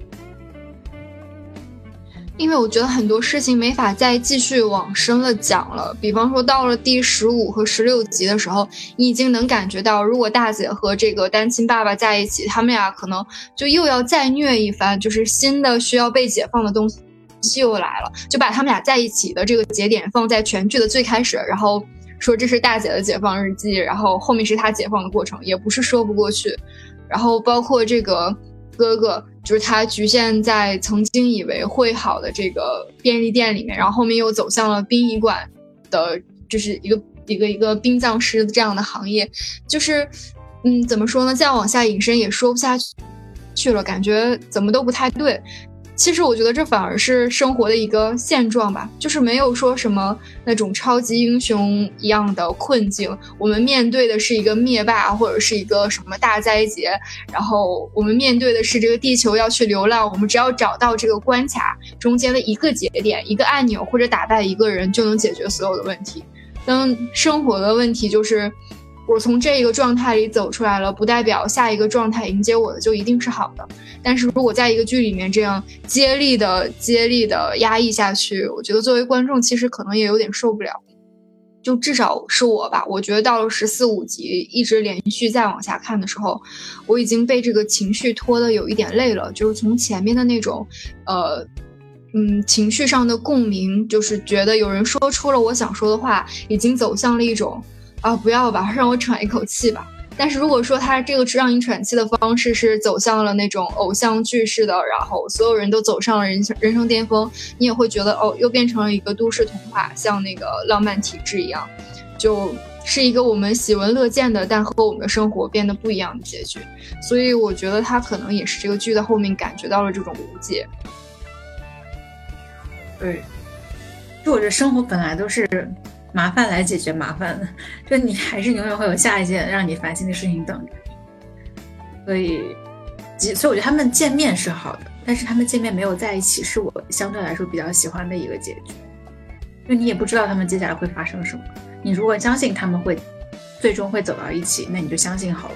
因为我觉得很多事情没法再继续往深了讲了，比方说到了第十五和十六集的时候，你已经能感觉到，如果大姐和这个单亲爸爸在一起，他们俩可能就又要再虐一番，就是新的需要被解放的东西又来了，就把他们俩在一起的这个节点放在全剧的最开始，然后说这是大姐的解放日记，然后后面是她解放的过程，也不是说不过去。然后包括这个哥哥，就是他局限在曾经以为会好的这个便利店里面，然后后面又走向了殡仪馆的，就是一个一个一个殡葬师这样的行业，就是嗯，怎么说呢？再往下引申也说不下去了，感觉怎么都不太对。其实我觉得这反而是生活的一个现状吧，就是没有说什么那种超级英雄一样的困境，我们面对的是一个灭霸或者是一个什么大灾劫，然后我们面对的是这个地球要去流浪，我们只要找到这个关卡中间的一个节点，一个按钮或者打败一个人就能解决所有的问题。当生活的问题就是我从这一个状态里走出来了，不代表下一个状态迎接我的就一定是好的。但是如果在一个剧里面这样接力的接力的压抑下去，我觉得作为观众其实可能也有点受不了。就至少是我吧，我觉得到了十四五集一直连续再往下看的时候，我已经被这个情绪拖得有一点累了。就是从前面的那种呃嗯情绪上的共鸣，就是觉得有人说出了我想说的话，已经走向了一种啊不要吧，让我喘一口气吧。但是如果说他这个让你喘气的方式是走向了那种偶像剧式的，然后所有人都走上了人人生巅峰，你也会觉得哦，又变成了一个都市童话，像那个浪漫体质一样，就是一个我们喜闻乐见的，但和我们的生活变得不一样的结局。所以我觉得他可能也是这个剧的后面感觉到了这种无解。 对，就我觉得生活本来都是麻烦来解决麻烦的，就你还是永远会有下一件让你烦心的事情等着。所以，所以我觉得他们见面是好的，但是他们见面没有在一起，是我相对来说比较喜欢的一个结局。就你也不知道他们接下来会发生什么，你如果相信他们会最终会走到一起，那你就相信好了。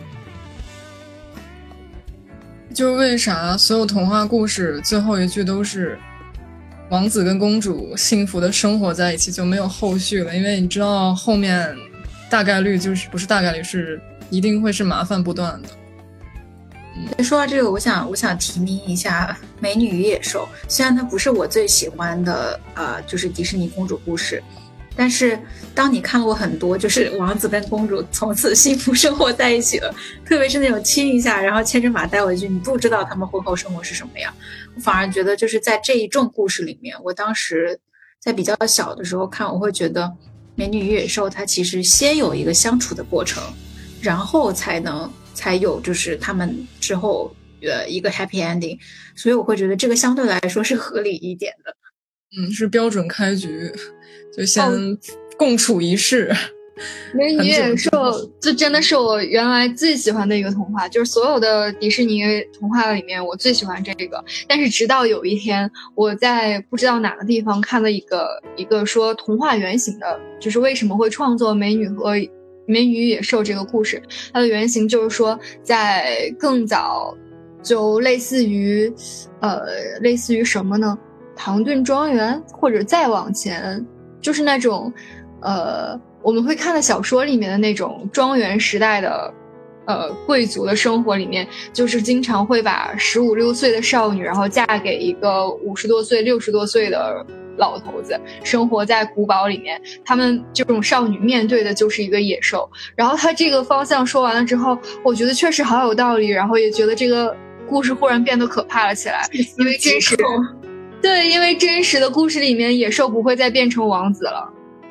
就为啥所有童话故事最后一句都是王子跟公主幸福的生活在一起，就没有后续了？因为你知道后面大概率就是不是大概率是一定会是麻烦不断的。 嗯，说到这个，我想我想提名一下《美女与野兽》，虽然它不是我最喜欢的呃，就是迪士尼公主故事，但是当你看过很多就是王子跟公主从此幸福生活在一起了，特别是那种亲一下然后牵着马带回去，你不知道他们婚后生活是什么样，我反而觉得就是在这一种故事里面，我当时在比较小的时候看，我会觉得美女与野兽它其实先有一个相处的过程，然后才能才有就是他们之后呃一个 happy ending， 所以我会觉得这个相对来说是合理一点的。 嗯，是标准开局，就先共处一室。哦， 美女与野兽这真的是我原来最喜欢的一个童话，就是所有的迪士尼童话里面我最喜欢这个。但是直到有一天我在不知道哪个地方看了一个一个说童话原型的，就是为什么会创作美女和美女与野兽这个故事，它的原型就是说在更早就类似于呃类似于什么呢，唐顿庄园，或者再往前就是那种呃我们会看的小说里面的那种庄园时代的呃贵族的生活里面，就是经常会把十五六岁的少女然后嫁给一个五十多岁六十多岁的老头子，生活在古堡里面，他们这种少女面对的就是一个野兽。然后他这个方向说完了之后，我觉得确实好有道理，然后也觉得这个故事忽然变得可怕了起来，因为真实对，因为真实的故事里面野兽不会再变成王子了。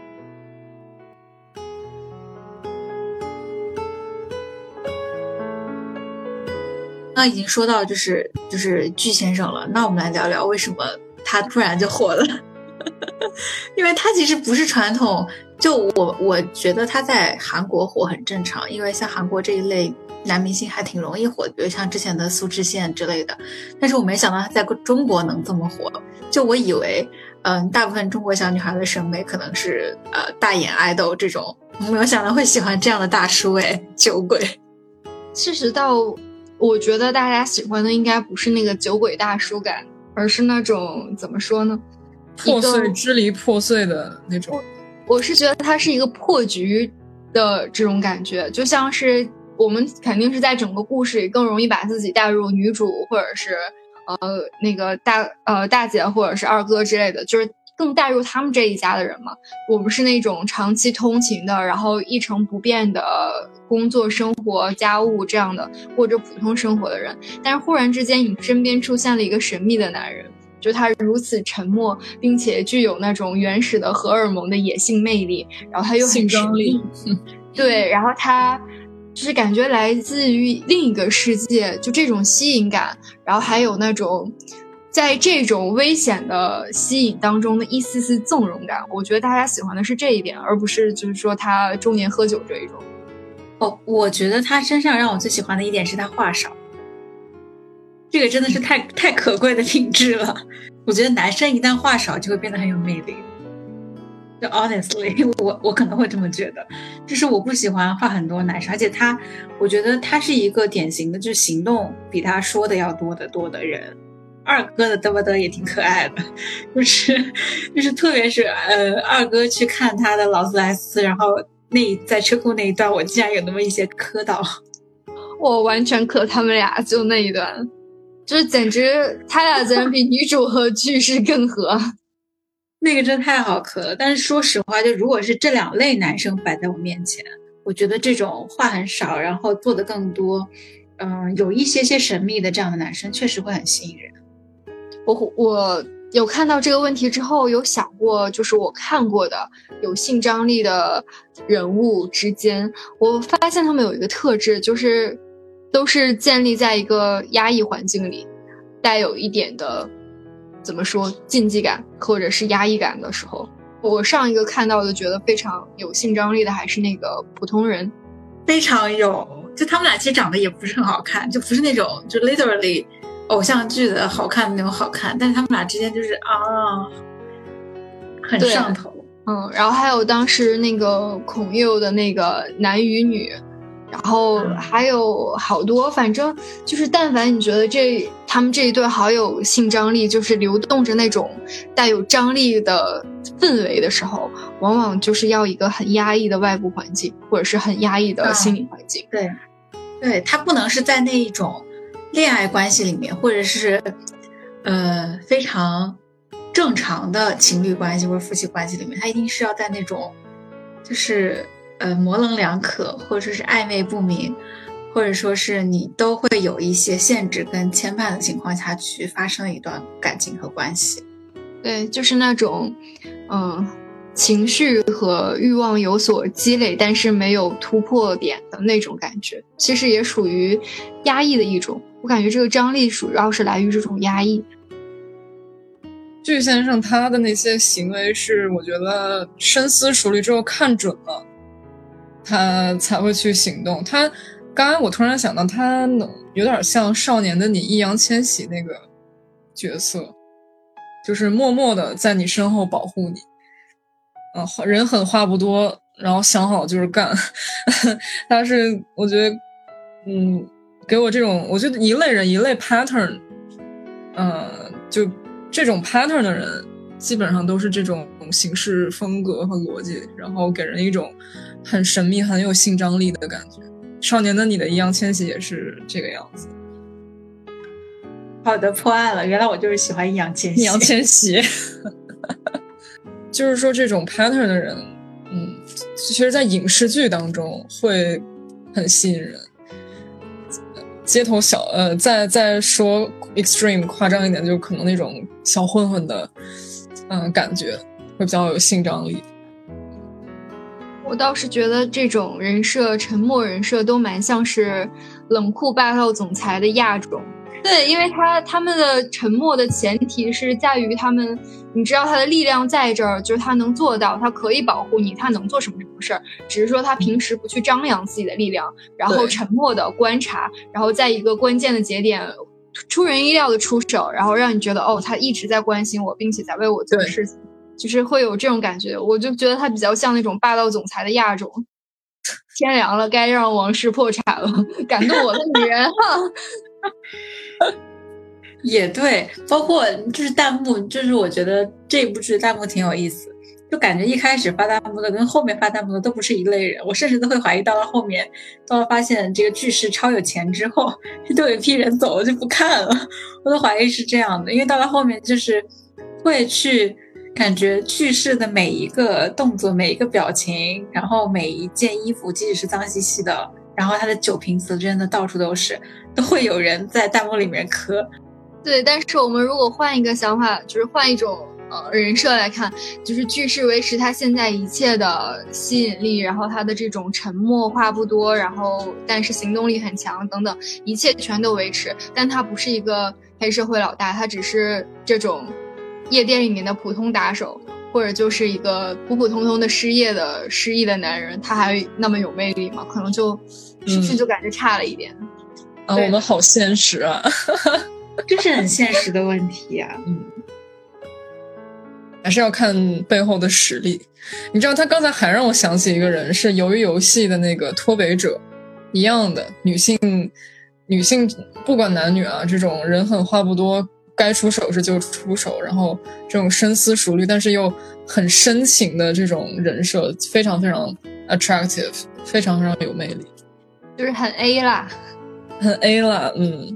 那已经说到就是就是巨先生了，那我们来聊聊为什么他突然就火了。因为他其实不是传统，就我我觉得他在韩国火很正常，因为像韩国这一类男明星还挺容易火，比如像之前的苏志燮之类的，但是我没想到他在中国能这么火。就我以为嗯，大部分中国小女孩的审美可能是呃大眼爱豆这种，我没有想到会喜欢这样的大叔诶，酒鬼。 事实到我觉得大家喜欢的应该不是那个酒鬼大叔感，而是那种怎么说呢， 破碎支离破碎的那种。 我, 我是觉得它是一个破局的这种感觉，就像是我们肯定是在整个故事里更容易把自己带入女主或者是呃那个大呃大姐或者是二哥之类的，就是更带入他们这一家的人嘛。我们是那种长期通勤的，然后一成不变的工作生活家务这样的过着普通生活的人，但是忽然之间你身边出现了一个神秘的男人，就他如此沉默，并且具有那种原始的荷尔蒙的野性魅力，然后他又很神秘，对，然后他就是感觉来自于另一个世界，就这种吸引感，然后还有那种在这种危险的吸引当中的一丝丝纵容感。我觉得大家喜欢的是这一点，而不是就是说他中年喝酒这一种。 哦，我觉得他身上让我最喜欢的一点是他话少，这个真的是太太可贵的品质了。我觉得男生一旦话少就会变得很有魅力。 就 honestly 我我可能会这么觉得，就是我不喜欢话很多男生，而且他我觉得他是一个典型的就是行动比他说的要多得多的人。二哥的嘚啵嘚也挺可爱的，就是就是特别是呃二哥去看他的劳斯莱斯，然后那在车库那一段我竟然有那么一些磕到， 我完全磕他们俩，就那一段就是简直他俩竟然比女主和句式更合， 那个真太好磕了。但是说实话，就如果是这两类男生摆在我面前，我觉得这种话很少然后做的更多嗯、呃，有一些些神秘的这样的男生确实会很吸引人。 我我有看到这个问题之后有想过，就是我看过的有性张力的人物之间，我发现他们有一个特质，就是都是建立在一个压抑环境里，带有一点的怎么说禁忌感或者是压抑感的时候。我上一个看到的觉得非常有性张力的还是那个普通人， 非常有，就他们俩其实长得也不是很好看，就不是那种就 literally偶像剧的好看的那种好看，但是他们俩之间就是啊，很上头。 嗯，然后还有当时那个孔佑的那个男与女，然后还有好多，反正就是但凡你觉得这他们这一对好有性张力，就是流动着那种带有张力的氛围的时候，往往就是要一个很压抑的外部环境，或者是很压抑的心理环境。 啊、对，对，他不能是在那一种恋爱关系里面，或者是呃非常正常的情侣关系或者夫妻关系里面，他一定是要在那种就是呃模棱两可，或者是暧昧不明，或者说是你都会有一些限制跟牵绊的情况下去发生一段感情和关系。 对，就是那种嗯情绪和欲望有所积累，但是没有突破点的那种感觉，其实也属于压抑的一种。我感觉这个张力主要是来于这种压抑。 具先生他的那些行为是我觉得深思熟虑之后看准了，他才会去行动。他刚刚我突然想到，他有点像少年的你易烊千玺那个角色，就是默默的在你身后保护你。嗯，人狠话不多，然后想好就是干。他是我觉得嗯给我这种我觉得一类人一类 pattern， 呃就这种 pattern 的人基本上都是这种行事风格和逻辑，然后给人一种很神秘很有性张力的感觉。少年的你的易烊千玺也是这个样子。 好的，破案了，原来我就是喜欢易烊千玺。 易烊千玺就是说这种 pattern 的人嗯，其实在影视剧当中会很吸引人。街头小呃，再再说 extreme 夸张一点，就可能那种小混混的嗯、呃、感觉会比较有性张力。 我倒是觉得这种人设沉默人设都蛮像是冷酷霸道总裁的亚种。对，因为他他们的沉默的前提是在于他们你知道他的力量在这儿，就是他能做到，他可以保护你，他能做什么什么事儿，只是说他平时不去张扬自己的力量，然后沉默的观察，然后在一个关键的节点出人意料的出手，然后让你觉得哦，他一直在关心我，并且在为我做事情，就是会有这种感觉。我就觉得他比较像那种霸道总裁的亚种。天凉了，该让王室破产了，感动我的女人哈。 也对，包括就是弹幕，就是我觉得这部剧弹幕挺有意思，就感觉一开始发弹幕的跟后面发弹幕的都不是一类人，我甚至都会怀疑到了后面，到了发现这个剧是超有钱之后，都有一批人走了就不看了，我都怀疑是这样的，因为到了后面就是会去感觉句式的每一个动作、每一个表情，然后每一件衣服，即使是脏兮兮的，然后他的酒瓶子真的到处都是，都会有人在弹幕里面磕。 对，但是我们如果换一个想法，就是换一种呃人设来看，就是句式维持他现在一切的吸引力，然后他的这种沉默话不多，然后但是行动力很强等等，一切全都维持，但他不是一个黑社会老大，他只是这种夜店里面的普通打手，或者就是一个普普通通的失业的失意的男人，他还那么有魅力吗？可能就是不是就感觉差了一点。 嗯、啊，我们好现实啊。 这是很现实的问题啊。 嗯， 还是要看背后的实力。你知道他刚才还让我想起一个人，是鱿鱼游戏的那个脱北者，一样的女性女性不管男女啊，这种人狠话不多，该出手时就出手，然后这种深思熟虑但是又很深情的这种人设非常非常 attractive， 非常非常有魅力， 就是很 A 啦， 很 A 啦。嗯，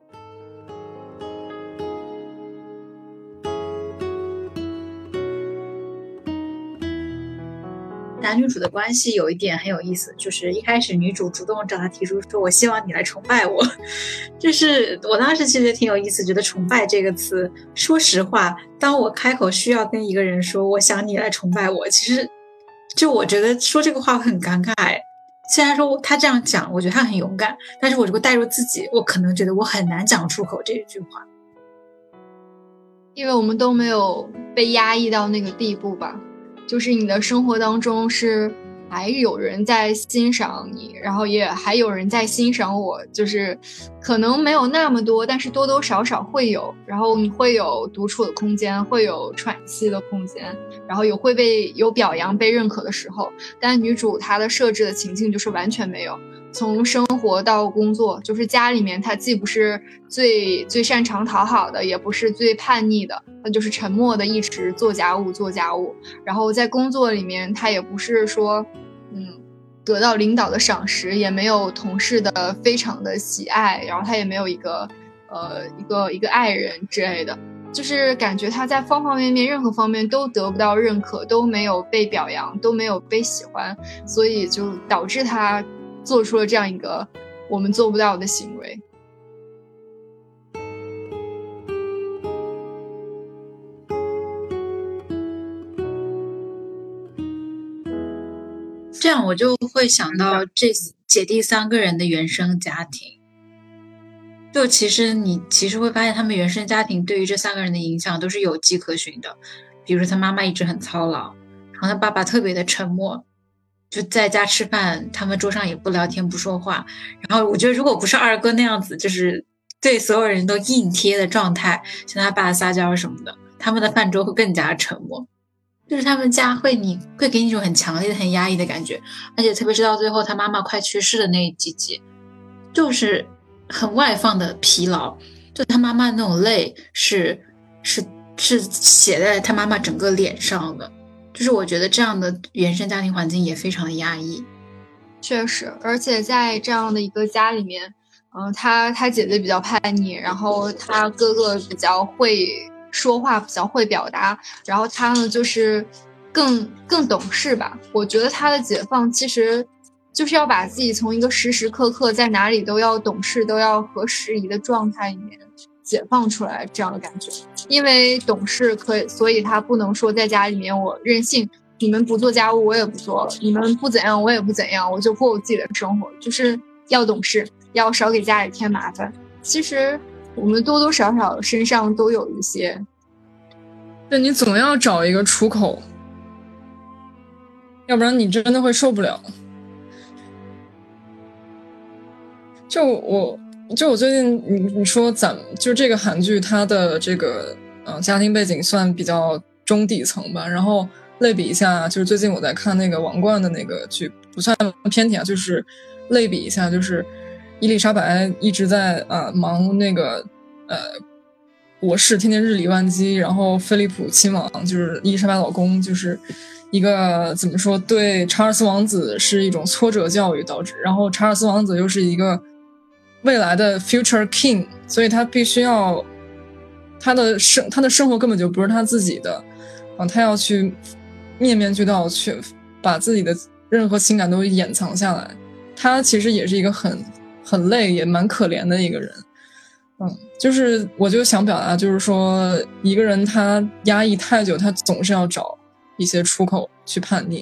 男女主的关系有一点很有意思，就是一开始女主主动找他提出说我希望你来崇拜我，就是我当时其实挺有意思，觉得崇拜这个词，说实话当我开口需要跟一个人说我想你来崇拜我，其实就我觉得说这个话会很尴尬。虽然说他这样讲我觉得他很勇敢，但是我如果带入自己，我可能觉得我很难讲出口这一句话， 因为我们都没有被压抑到那个地步吧，就是你的生活当中是还有人在欣赏你，然后也还有人在欣赏我，就是可能没有那么多，但是多多少少会有，然后你会有独处的空间，会有喘息的空间，然后有会被有表扬被认可的时候。但女主她的设置的情境就是完全没有，从生活到工作，就是家里面她既不是最最擅长讨好的，也不是最叛逆的，她就是沉默的一直做家务做家务。然后在工作里面她也不是说嗯得到领导的赏识，也没有同事的非常的喜爱，然后她也没有一个呃一个一个爱人之类的，就是感觉她在方方面面任何方面都得不到认可，都没有被表扬，都没有被喜欢，所以就导致她做出了这样一个我们做不到的行为。 这样我就会想到这姐弟三个人的原生家庭，就其实你其实会发现他们原生家庭对于这三个人的影响都是有迹可循的。比如说他妈妈一直很操劳，然后他爸爸特别的沉默，就在家吃饭他们桌上也不聊天不说话。然后我觉得如果不是二哥那样子就是对所有人都硬贴的状态，像他爸撒娇什么的，他们的饭桌会更加沉默。就是他们家会你会给你一种很强烈的很压抑的感觉，而且特别是到最后他妈妈快去世的那几集，就是很外放的疲劳，就他妈妈那种泪是是是写在他妈妈整个脸上的，就是我觉得这样的原生家庭环境也非常的压抑。 确实，而且在这样的一个家里面，嗯、呃，他他姐姐比较叛逆，然后他哥哥比较会说话，比较会表达，然后他呢就是更更懂事吧。我觉得他的解放其实就是要把自己从一个时时刻刻在哪里都要懂事都要合时宜的状态里面解放出来，这样的感觉。因为懂事可以，所以他不能说在家里面我任性，你们不做家务我也不做了，你们不怎样我也不怎样，我就过我自己的生活，就是要懂事，要少给家里添麻烦。其实我们多多少少身上都有一些， 对，你总要找一个出口，要不然你真的会受不了。就我就我最近你你说咱就这个韩剧它的这个呃家庭背景算比较中底层吧，然后类比一下，就是最近我在看那个王冠的那个剧，不算偏题啊，就是类比一下，就是伊丽莎白一直在啊、呃、忙那个呃国事，天天日理万机，然后菲利普亲王就是伊丽莎白老公就是一个怎么说，对查尔斯王子是一种挫折教育导致，然后查尔斯王子又是一个未来的 future king， 所以他必须要他的生他的生活根本就不是他自己的啊，他要去面面俱到，去把自己的任何情感都掩藏下来。他其实也是一个很很累也蛮可怜的一个人。嗯，就是我就想表达，就是说一个人他压抑太久，他总是要找一些出口去叛逆。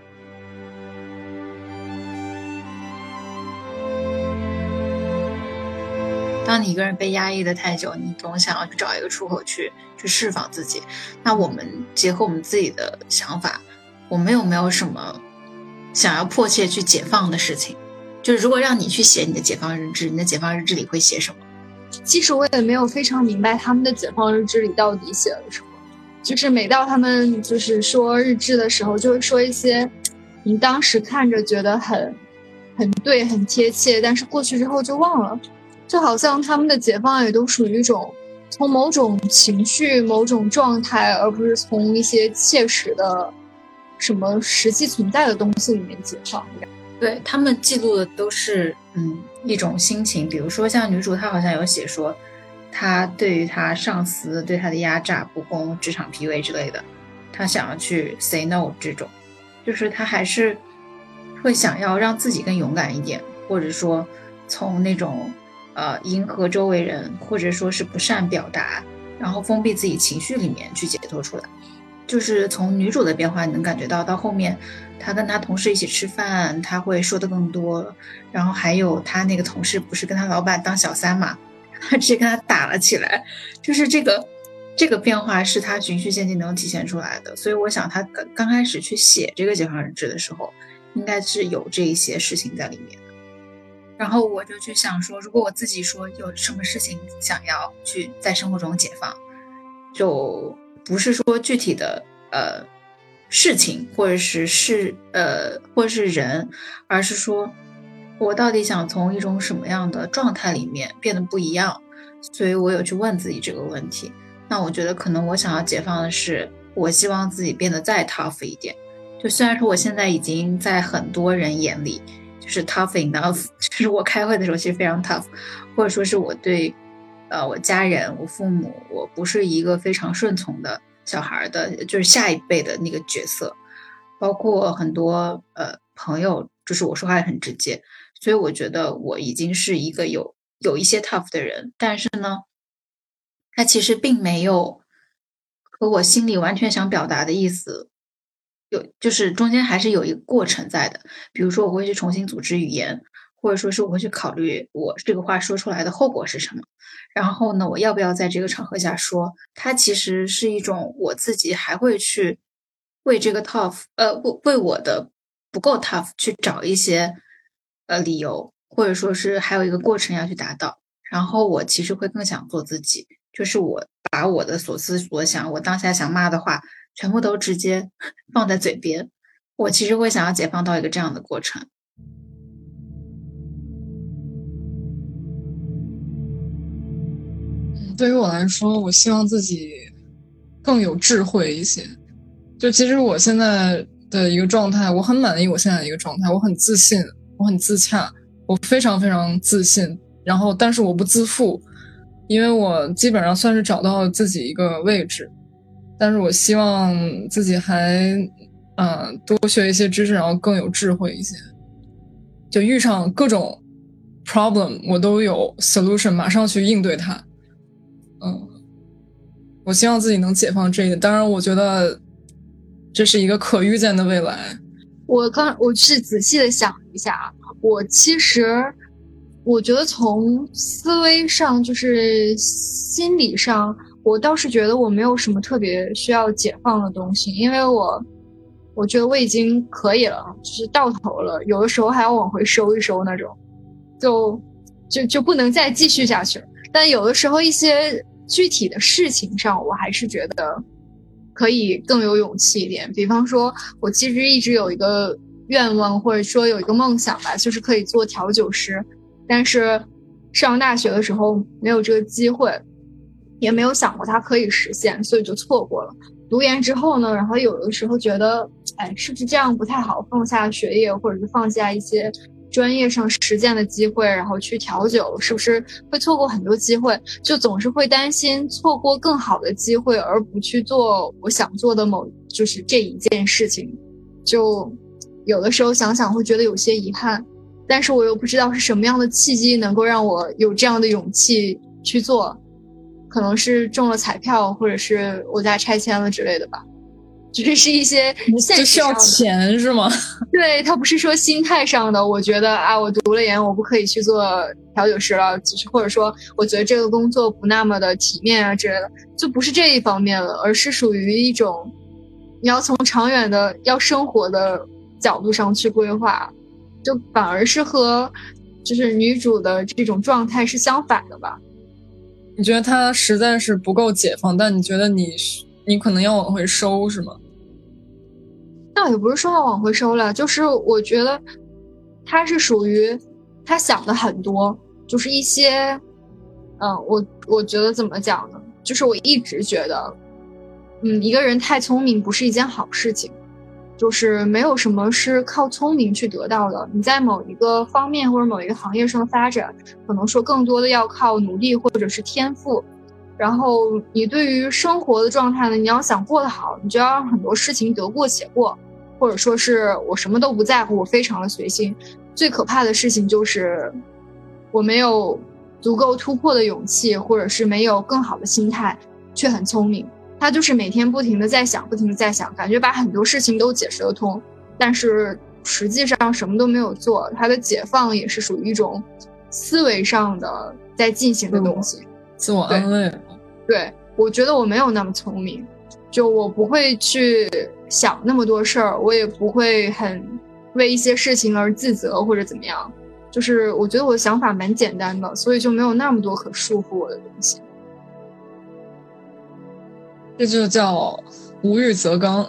当你一个人被压抑的太久，你总想要去找一个出口去去释放自己。那我们结合我们自己的想法，我们有没有什么想要迫切去解放的事情？就是如果让你去写你的解放日志，你的解放日志里会写什么？ 其实我也没有非常明白他们的解放日志里到底写了什么， 就是每到他们就是说日志的时候，就会说一些你当时看着觉得很很对很贴切，但是过去之后就忘了，就好像他们的解放也都属于一种从某种情绪某种状态，而不是从一些切实的什么实际存在的东西里面解放。 对，他们记录的都是嗯一种心情，比如说像女主她好像有写说她对于她上司对她的压榨不公职场 P U A 之类的，她想要去 say no， 这种就是她还是会想要让自己更勇敢一点，或者说从那种呃迎合周围人或者说是不善表达然后封闭自己情绪里面去解脱出来。就是从女主的变化你能感觉到，到后面她跟她同事一起吃饭她会说的更多，然后还有她那个同事不是跟她老板当小三嘛，她直接跟她打了起来，就是这个这个变化是她循序渐进能体现出来的。所以我想她刚刚开始去写这个解放日志的时候应该是有这一些事情在里面的。然后我就去想说，如果我自己说有什么事情想要去在生活中解放，就不是说具体的呃事情或者是事呃或者是人，而是说我到底想从一种什么样的状态里面变得不一样。所以我有去问自己这个问题。那我觉得可能我想要解放的是，我希望自己变得再 tough 一点。就虽然说我现在已经在很多人眼里就是 tough enough， 就是我开会的时候其实非常 tough， 或者说是我对呃，我家人我父母我不是一个非常顺从的小孩的，就是下一辈的那个角色，包括很多呃朋友，就是我说话也很直接。所以我觉得我已经是一个有有一些 tough 的人，但是呢他其实并没有和我心里完全想表达的意思有，就是中间还是有一个过程在的。比如说我会去重新组织语言，或者说是我会去考虑我这个话说出来的后果是什么，然后呢我要不要在这个场合下说。它其实是一种我自己还会去为这个 tough 呃为我的不够 tough 去找一些呃理由，或者说是还有一个过程要去达到。然后我其实会更想做自己，就是我把我的所思所想我当下想骂的话全部都直接放在嘴边。我其实会想要解放到一个这样的过程。 对于我来说，我希望自己更有智慧一些。就其实我现在的一个状态，我很满意我现在的一个状态，我很自信，我很自洽，我非常非常自信。然后但是我不自负，因为我基本上算是找到自己一个位置。但是我希望自己还嗯、呃、多学一些知识，然后更有智慧一些，就遇上各种 problem 我都有 solution 马上去应对它。嗯，我希望自己能解放这一点。当然我觉得这是一个可预见的未来。 我刚我是仔细的想一下，我其实我觉得从思维上就是心理上，我倒是觉得我没有什么特别需要解放的东西，因为我我觉得我已经可以了，就是到头了，有的时候还要往回收一收那种，就就就不能再继续下去了。但有的时候一些具体的事情上，我还是觉得可以更有勇气一点。比方说我其实一直有一个愿望，或者说有一个梦想吧，就是可以做调酒师，但是上大学的时候没有这个机会，也没有想过它可以实现，所以就错过了。读研之后呢，然后有的时候觉得哎，是不是这样不太好，放下学业，或者是放下一些专业上实践的机会，然后去调酒，是不是会错过很多机会，就总是会担心错过更好的机会，而不去做我想做的某就是这一件事情。就有的时候想想会觉得有些遗憾，但是我又不知道是什么样的契机能够让我有这样的勇气去做，可能是中了彩票，或者是我家拆迁了之类的吧。这是一些现实上的， 这需要钱是吗？ 对，他不是说心态上的，我觉得啊，我读了研，我不可以去做调酒师了，就是或者说我觉得这个工作不那么的体面啊之类的，就不是这一方面了，而是属于一种你要从长远的要生活的角度上去规划，就反而是和就是女主的这种状态是相反的吧。 你觉得她实在是不够解放，但你觉得你你可能要往回收是吗？ 倒也不是说要往回收了，就是我觉得他是属于他想的很多，就是一些嗯，我我觉得怎么讲呢，就是我一直觉得嗯，一个人太聪明不是一件好事情，就是没有什么是靠聪明去得到的。你在某一个方面或者某一个行业上的发展，可能说更多的要靠努力或者是天赋。然后你对于生活的状态呢，你要想过得好，你就要让很多事情得过且过，或者说是我什么都不在乎，我非常的随心。最可怕的事情就是我没有足够突破的勇气，或者是没有更好的心态，却很聪明。他就是每天不停的在想，不停的在想，感觉把很多事情都解释得通，但是实际上什么都没有做。他的解放也是属于一种思维上的在进行的东西， 自我安慰。 对，对，我觉得我没有那么聪明，就我不会去想那么多事儿，我也不会很为一些事情而自责或者怎么样。就是我觉得我的想法蛮简单的，所以就没有那么多可束缚我的东西。 这就叫无欲则刚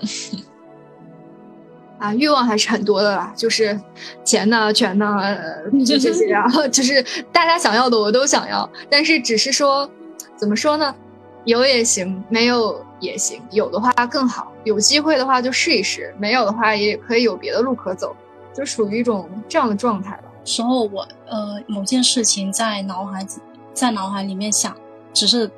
啊，欲望还是很多的啦，就是钱呢、权呢，呃、就这些啊，就是大家想要的我都想要，但是只是说，怎么说呢？有也行，没有也行，有的话更好，有机会的话就试一试，没有的话也可以有别的路可走，就属于一种这样的状态吧。 时候我呃某件事情在脑海在脑海里面想，只是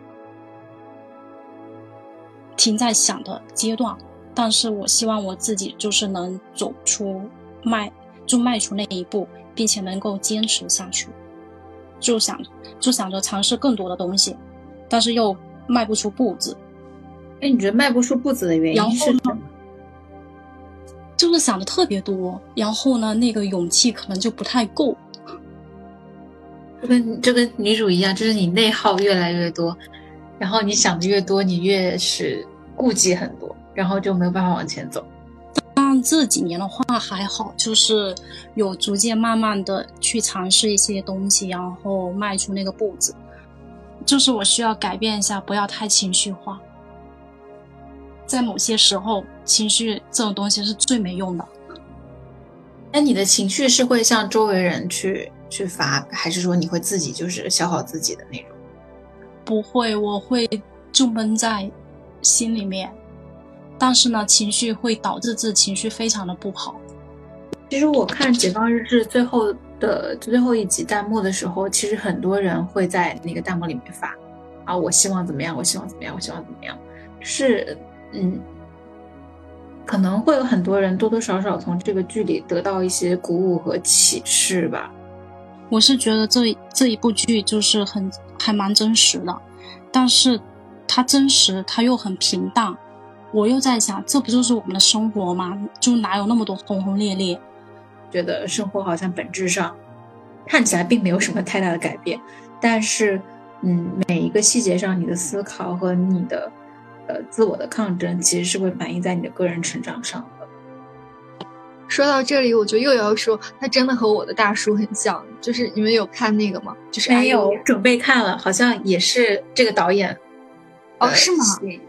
停在想的阶段，但是我希望我自己就是能走出迈就迈出那一步，并且能够坚持下去，就想就想着尝试更多的东西，但是又迈不出步子。 哎，你觉得迈不出步子的原因是什么？ 就是想的特别多，然后呢那个勇气可能就不太够。 就跟就跟女主一样，就是你内耗越来越多，然后你想的越多，你越是顾忌很多，然后就没有办法往前走。 但这几年的话还好，就是有逐渐慢慢的去尝试一些东西，然后迈出那个步子。就是我需要改变一下，不要太情绪化。在某些时候，情绪这种东西是最没用的。 那你的情绪是会向周围人去去发，还是说你会自己就是消耗自己的那种？ 不会，我会就闷在心里面，但是呢，情绪会导致自己情绪非常的不好。 其实我看《解放日志》最后的最后一集弹幕的时候，其实很多人会在那个弹幕里面发啊，我希望怎么样，我希望怎么样，我希望怎么样，是嗯，可能会有很多人多多少少从这个剧里得到一些鼓舞和启示吧。 我是觉得这这一部剧就是很还蛮真实的，但是它真实，它又很平淡。我又在想，这不就是我们的生活吗？就哪有那么多轰轰烈烈？ 觉得生活好像本质上看起来并没有什么太大的改变，但是嗯，每一个细节上你的思考和你的呃自我的抗争，其实是会反映在你的个人成长上的。 说到这里，我就又要说，他真的和我的大叔很像。就是你们有看那个吗？就是没有，准备看了，好像也是这个导演。 哦，是吗？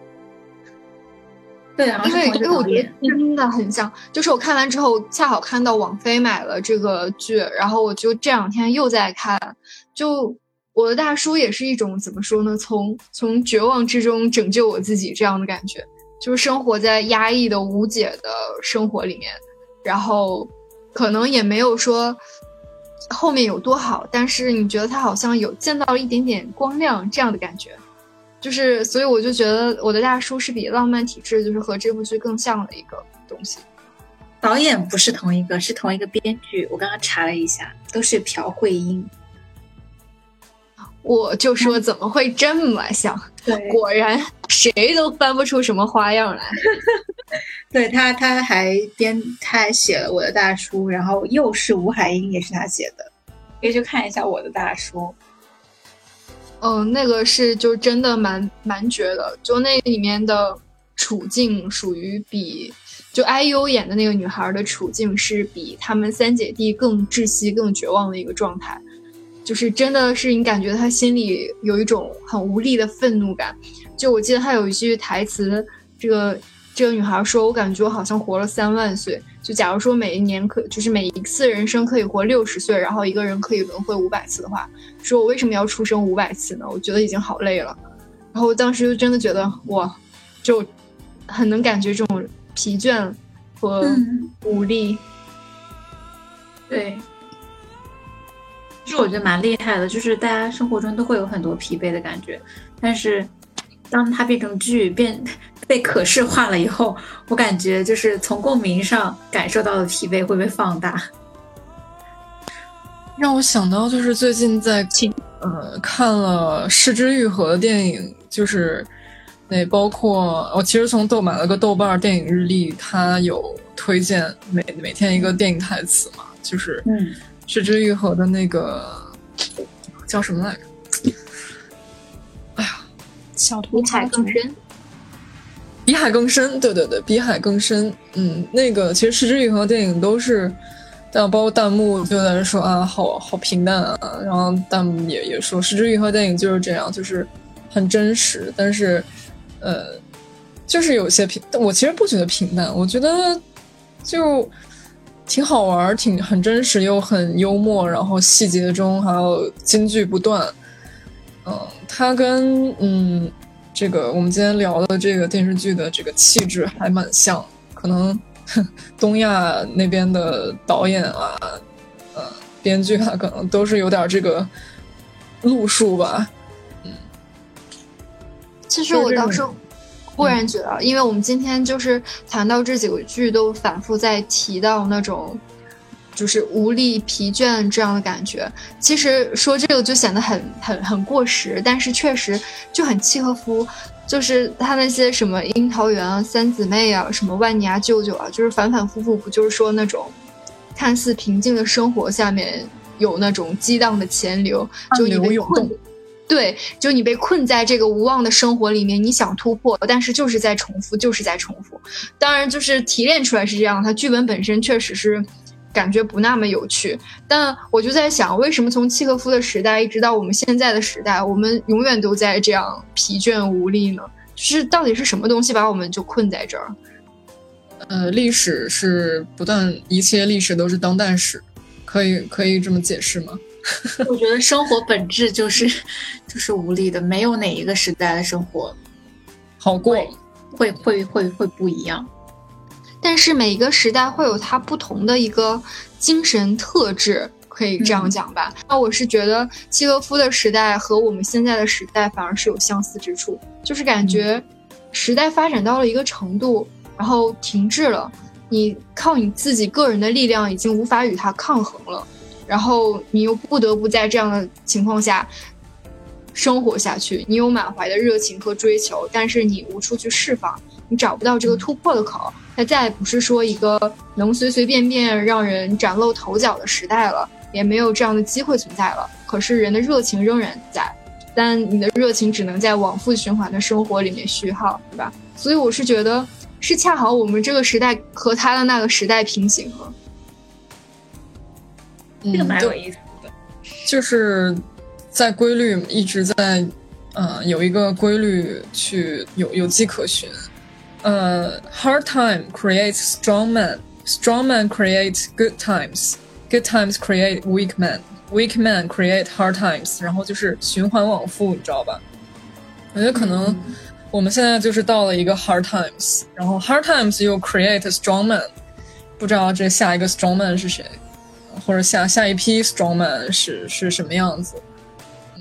对，好像是因为因为我觉得得真的很像。就是我看完之后，恰好看到网飞买了这个剧，然后我就这两天又在看。就我的大叔也是一种怎么说呢？从从绝望之中拯救我自己这样的感觉，就是生活在压抑的无解的生活里面。然后可能也没有说后面有多好，但是你觉得他好像有见到了一点点光亮这样的感觉，就是所以我就觉得我的大叔是比浪漫体质就是和这部剧更像的一个东西。 导演不是同一个，是同一个编剧，我刚刚查了一下，都是朴慧英。 我就说怎么会这么像， 对， 果然谁都翻不出什么花样来。 对，他他还编他还写了我的大叔，然后又是吴海英也是他写的，可以去看一下我的大叔。 嗯，那个是就真的蛮蛮绝的，就那里面的处境属于比就 I U 演的那个女孩的处境是比他们三姐弟更窒息更绝望的一个状态。 就是真的是你感觉他心里有一种很无力的愤怒感。就我记得他有一句台词，这个这个女孩说，我感觉我好像活了三万岁。就假如说每一年可就是每一次人生可以活六十岁，然后一个人可以轮回五百次的话，说我为什么要出生五百次呢？我觉得已经好累了。然后我当时就真的觉得哇，就很能感觉这种疲倦和无力。 嗯、对。是我觉得蛮厉害的，就是大家生活中都会有很多疲惫的感觉，但是当它变成剧变被可视化了以后，我感觉就是从共鸣上感受到的疲惫会被放大。 让我想到就是最近在呃看了失之愈合的电影，就是那包括我其实从豆买了个豆瓣电影日历，它有推荐每每天一个电影台词嘛，就是嗯。 失之愈合的那个叫什么来着？哎呀， 小图比海更深。 比海更深，对对对，比海更深。嗯，那个其实失之愈合电影都是，但包括弹幕就在那说啊，好好平淡啊，然后弹幕也也说失之愈合电影就是这样，就是很真实，但是呃，就是有些平，我其实不觉得平淡，我觉得就。挺好玩，挺很真实又很幽默，然后细节中还有金句不断。嗯，它跟嗯这个我们今天聊的这个电视剧的这个气质还蛮像，可能东亚那边的导演啊、呃编剧啊，可能都是有点这个路数吧。嗯， 其实我当时忽然觉得、嗯、因为我们今天就是谈到这几个剧都反复在提到那种就是无力疲倦这样的感觉，其实说这个就显得很很很过时，但是确实就很契合乎就是他那些什么樱桃园啊、三姊妹啊、什么万尼亚舅舅啊，就是反反复复不就是说那种看似平静的生活下面有那种激荡的钱流，就你被困对，就你被困在这个无望的生活里面，你想突破，但是就是在重复，就是在重复。当然，就是提炼出来是这样，它剧本本身确实是感觉不那么有趣。但我就在想，为什么从契诃夫的时代一直到我们现在的时代，我们永远都在这样疲倦无力呢？就是到底是什么东西把我们就困在这儿？ 呃，历史是不断，一切历史都是当代史，可以可以这么解释吗？ 我觉得生活本质就是就是无力的，没有哪一个时代的生活好过， 会会会会不一样。 但是每一个时代会有它不同的一个精神特质，可以这样讲吧。那、嗯、我是觉得契诃夫的时代和我们现在的时代反而是有相似之处，就是感觉时代发展到了一个程度，然后停滞了，你靠你自己个人的力量已经无法与它抗衡了。然后你又不得不在这样的情况下生活下去，你有满怀的热情和追求，但是你无处去释放，你找不到这个突破的口。它再也不是说一个能随随便便让人崭露头角的时代了，也没有这样的机会存在了。可是人的热情仍然在，但你的热情只能在往复循环的生活里面虚耗，对吧？所以我是觉得是恰好我们这个时代和他的那个时代平行了。 这个蛮有意思的、嗯、 就是在规律一直在呃有一个规律去有有迹可循。呃 hard time creates strong man, strong man create good times, good times create weak man, weak man create hard times， 然后就是循环往复，你知道吧？我觉得可能我们现在就是到了一个 hard times， 然后 hard times 又 create strong man， 不知道这下一个 strong man 是谁，或者下下一批 strongman 是是什么样子。嗯，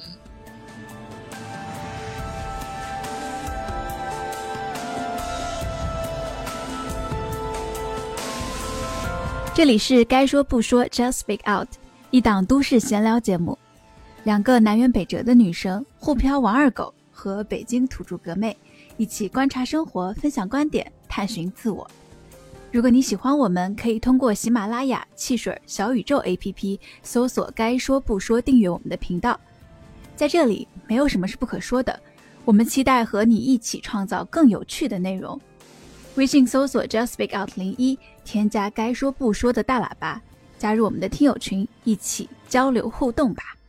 这里是该说不说 Just Speak Out， 一档都市闲聊节目，两个南辕北辙的女生，沪漂王二狗和北京土著格妹，一起观察生活，分享观点，探寻自我。如果你喜欢我们，可以通过喜马拉雅、汽水、小宇宙 A P P 搜索该说不说，订阅我们的频道。在这里没有什么是不可说的，我们期待和你一起创造更有趣的内容。微信搜索 Just Speak Out 零一，添加该说不说的大喇叭，加入我们的听友群，一起交流互动吧。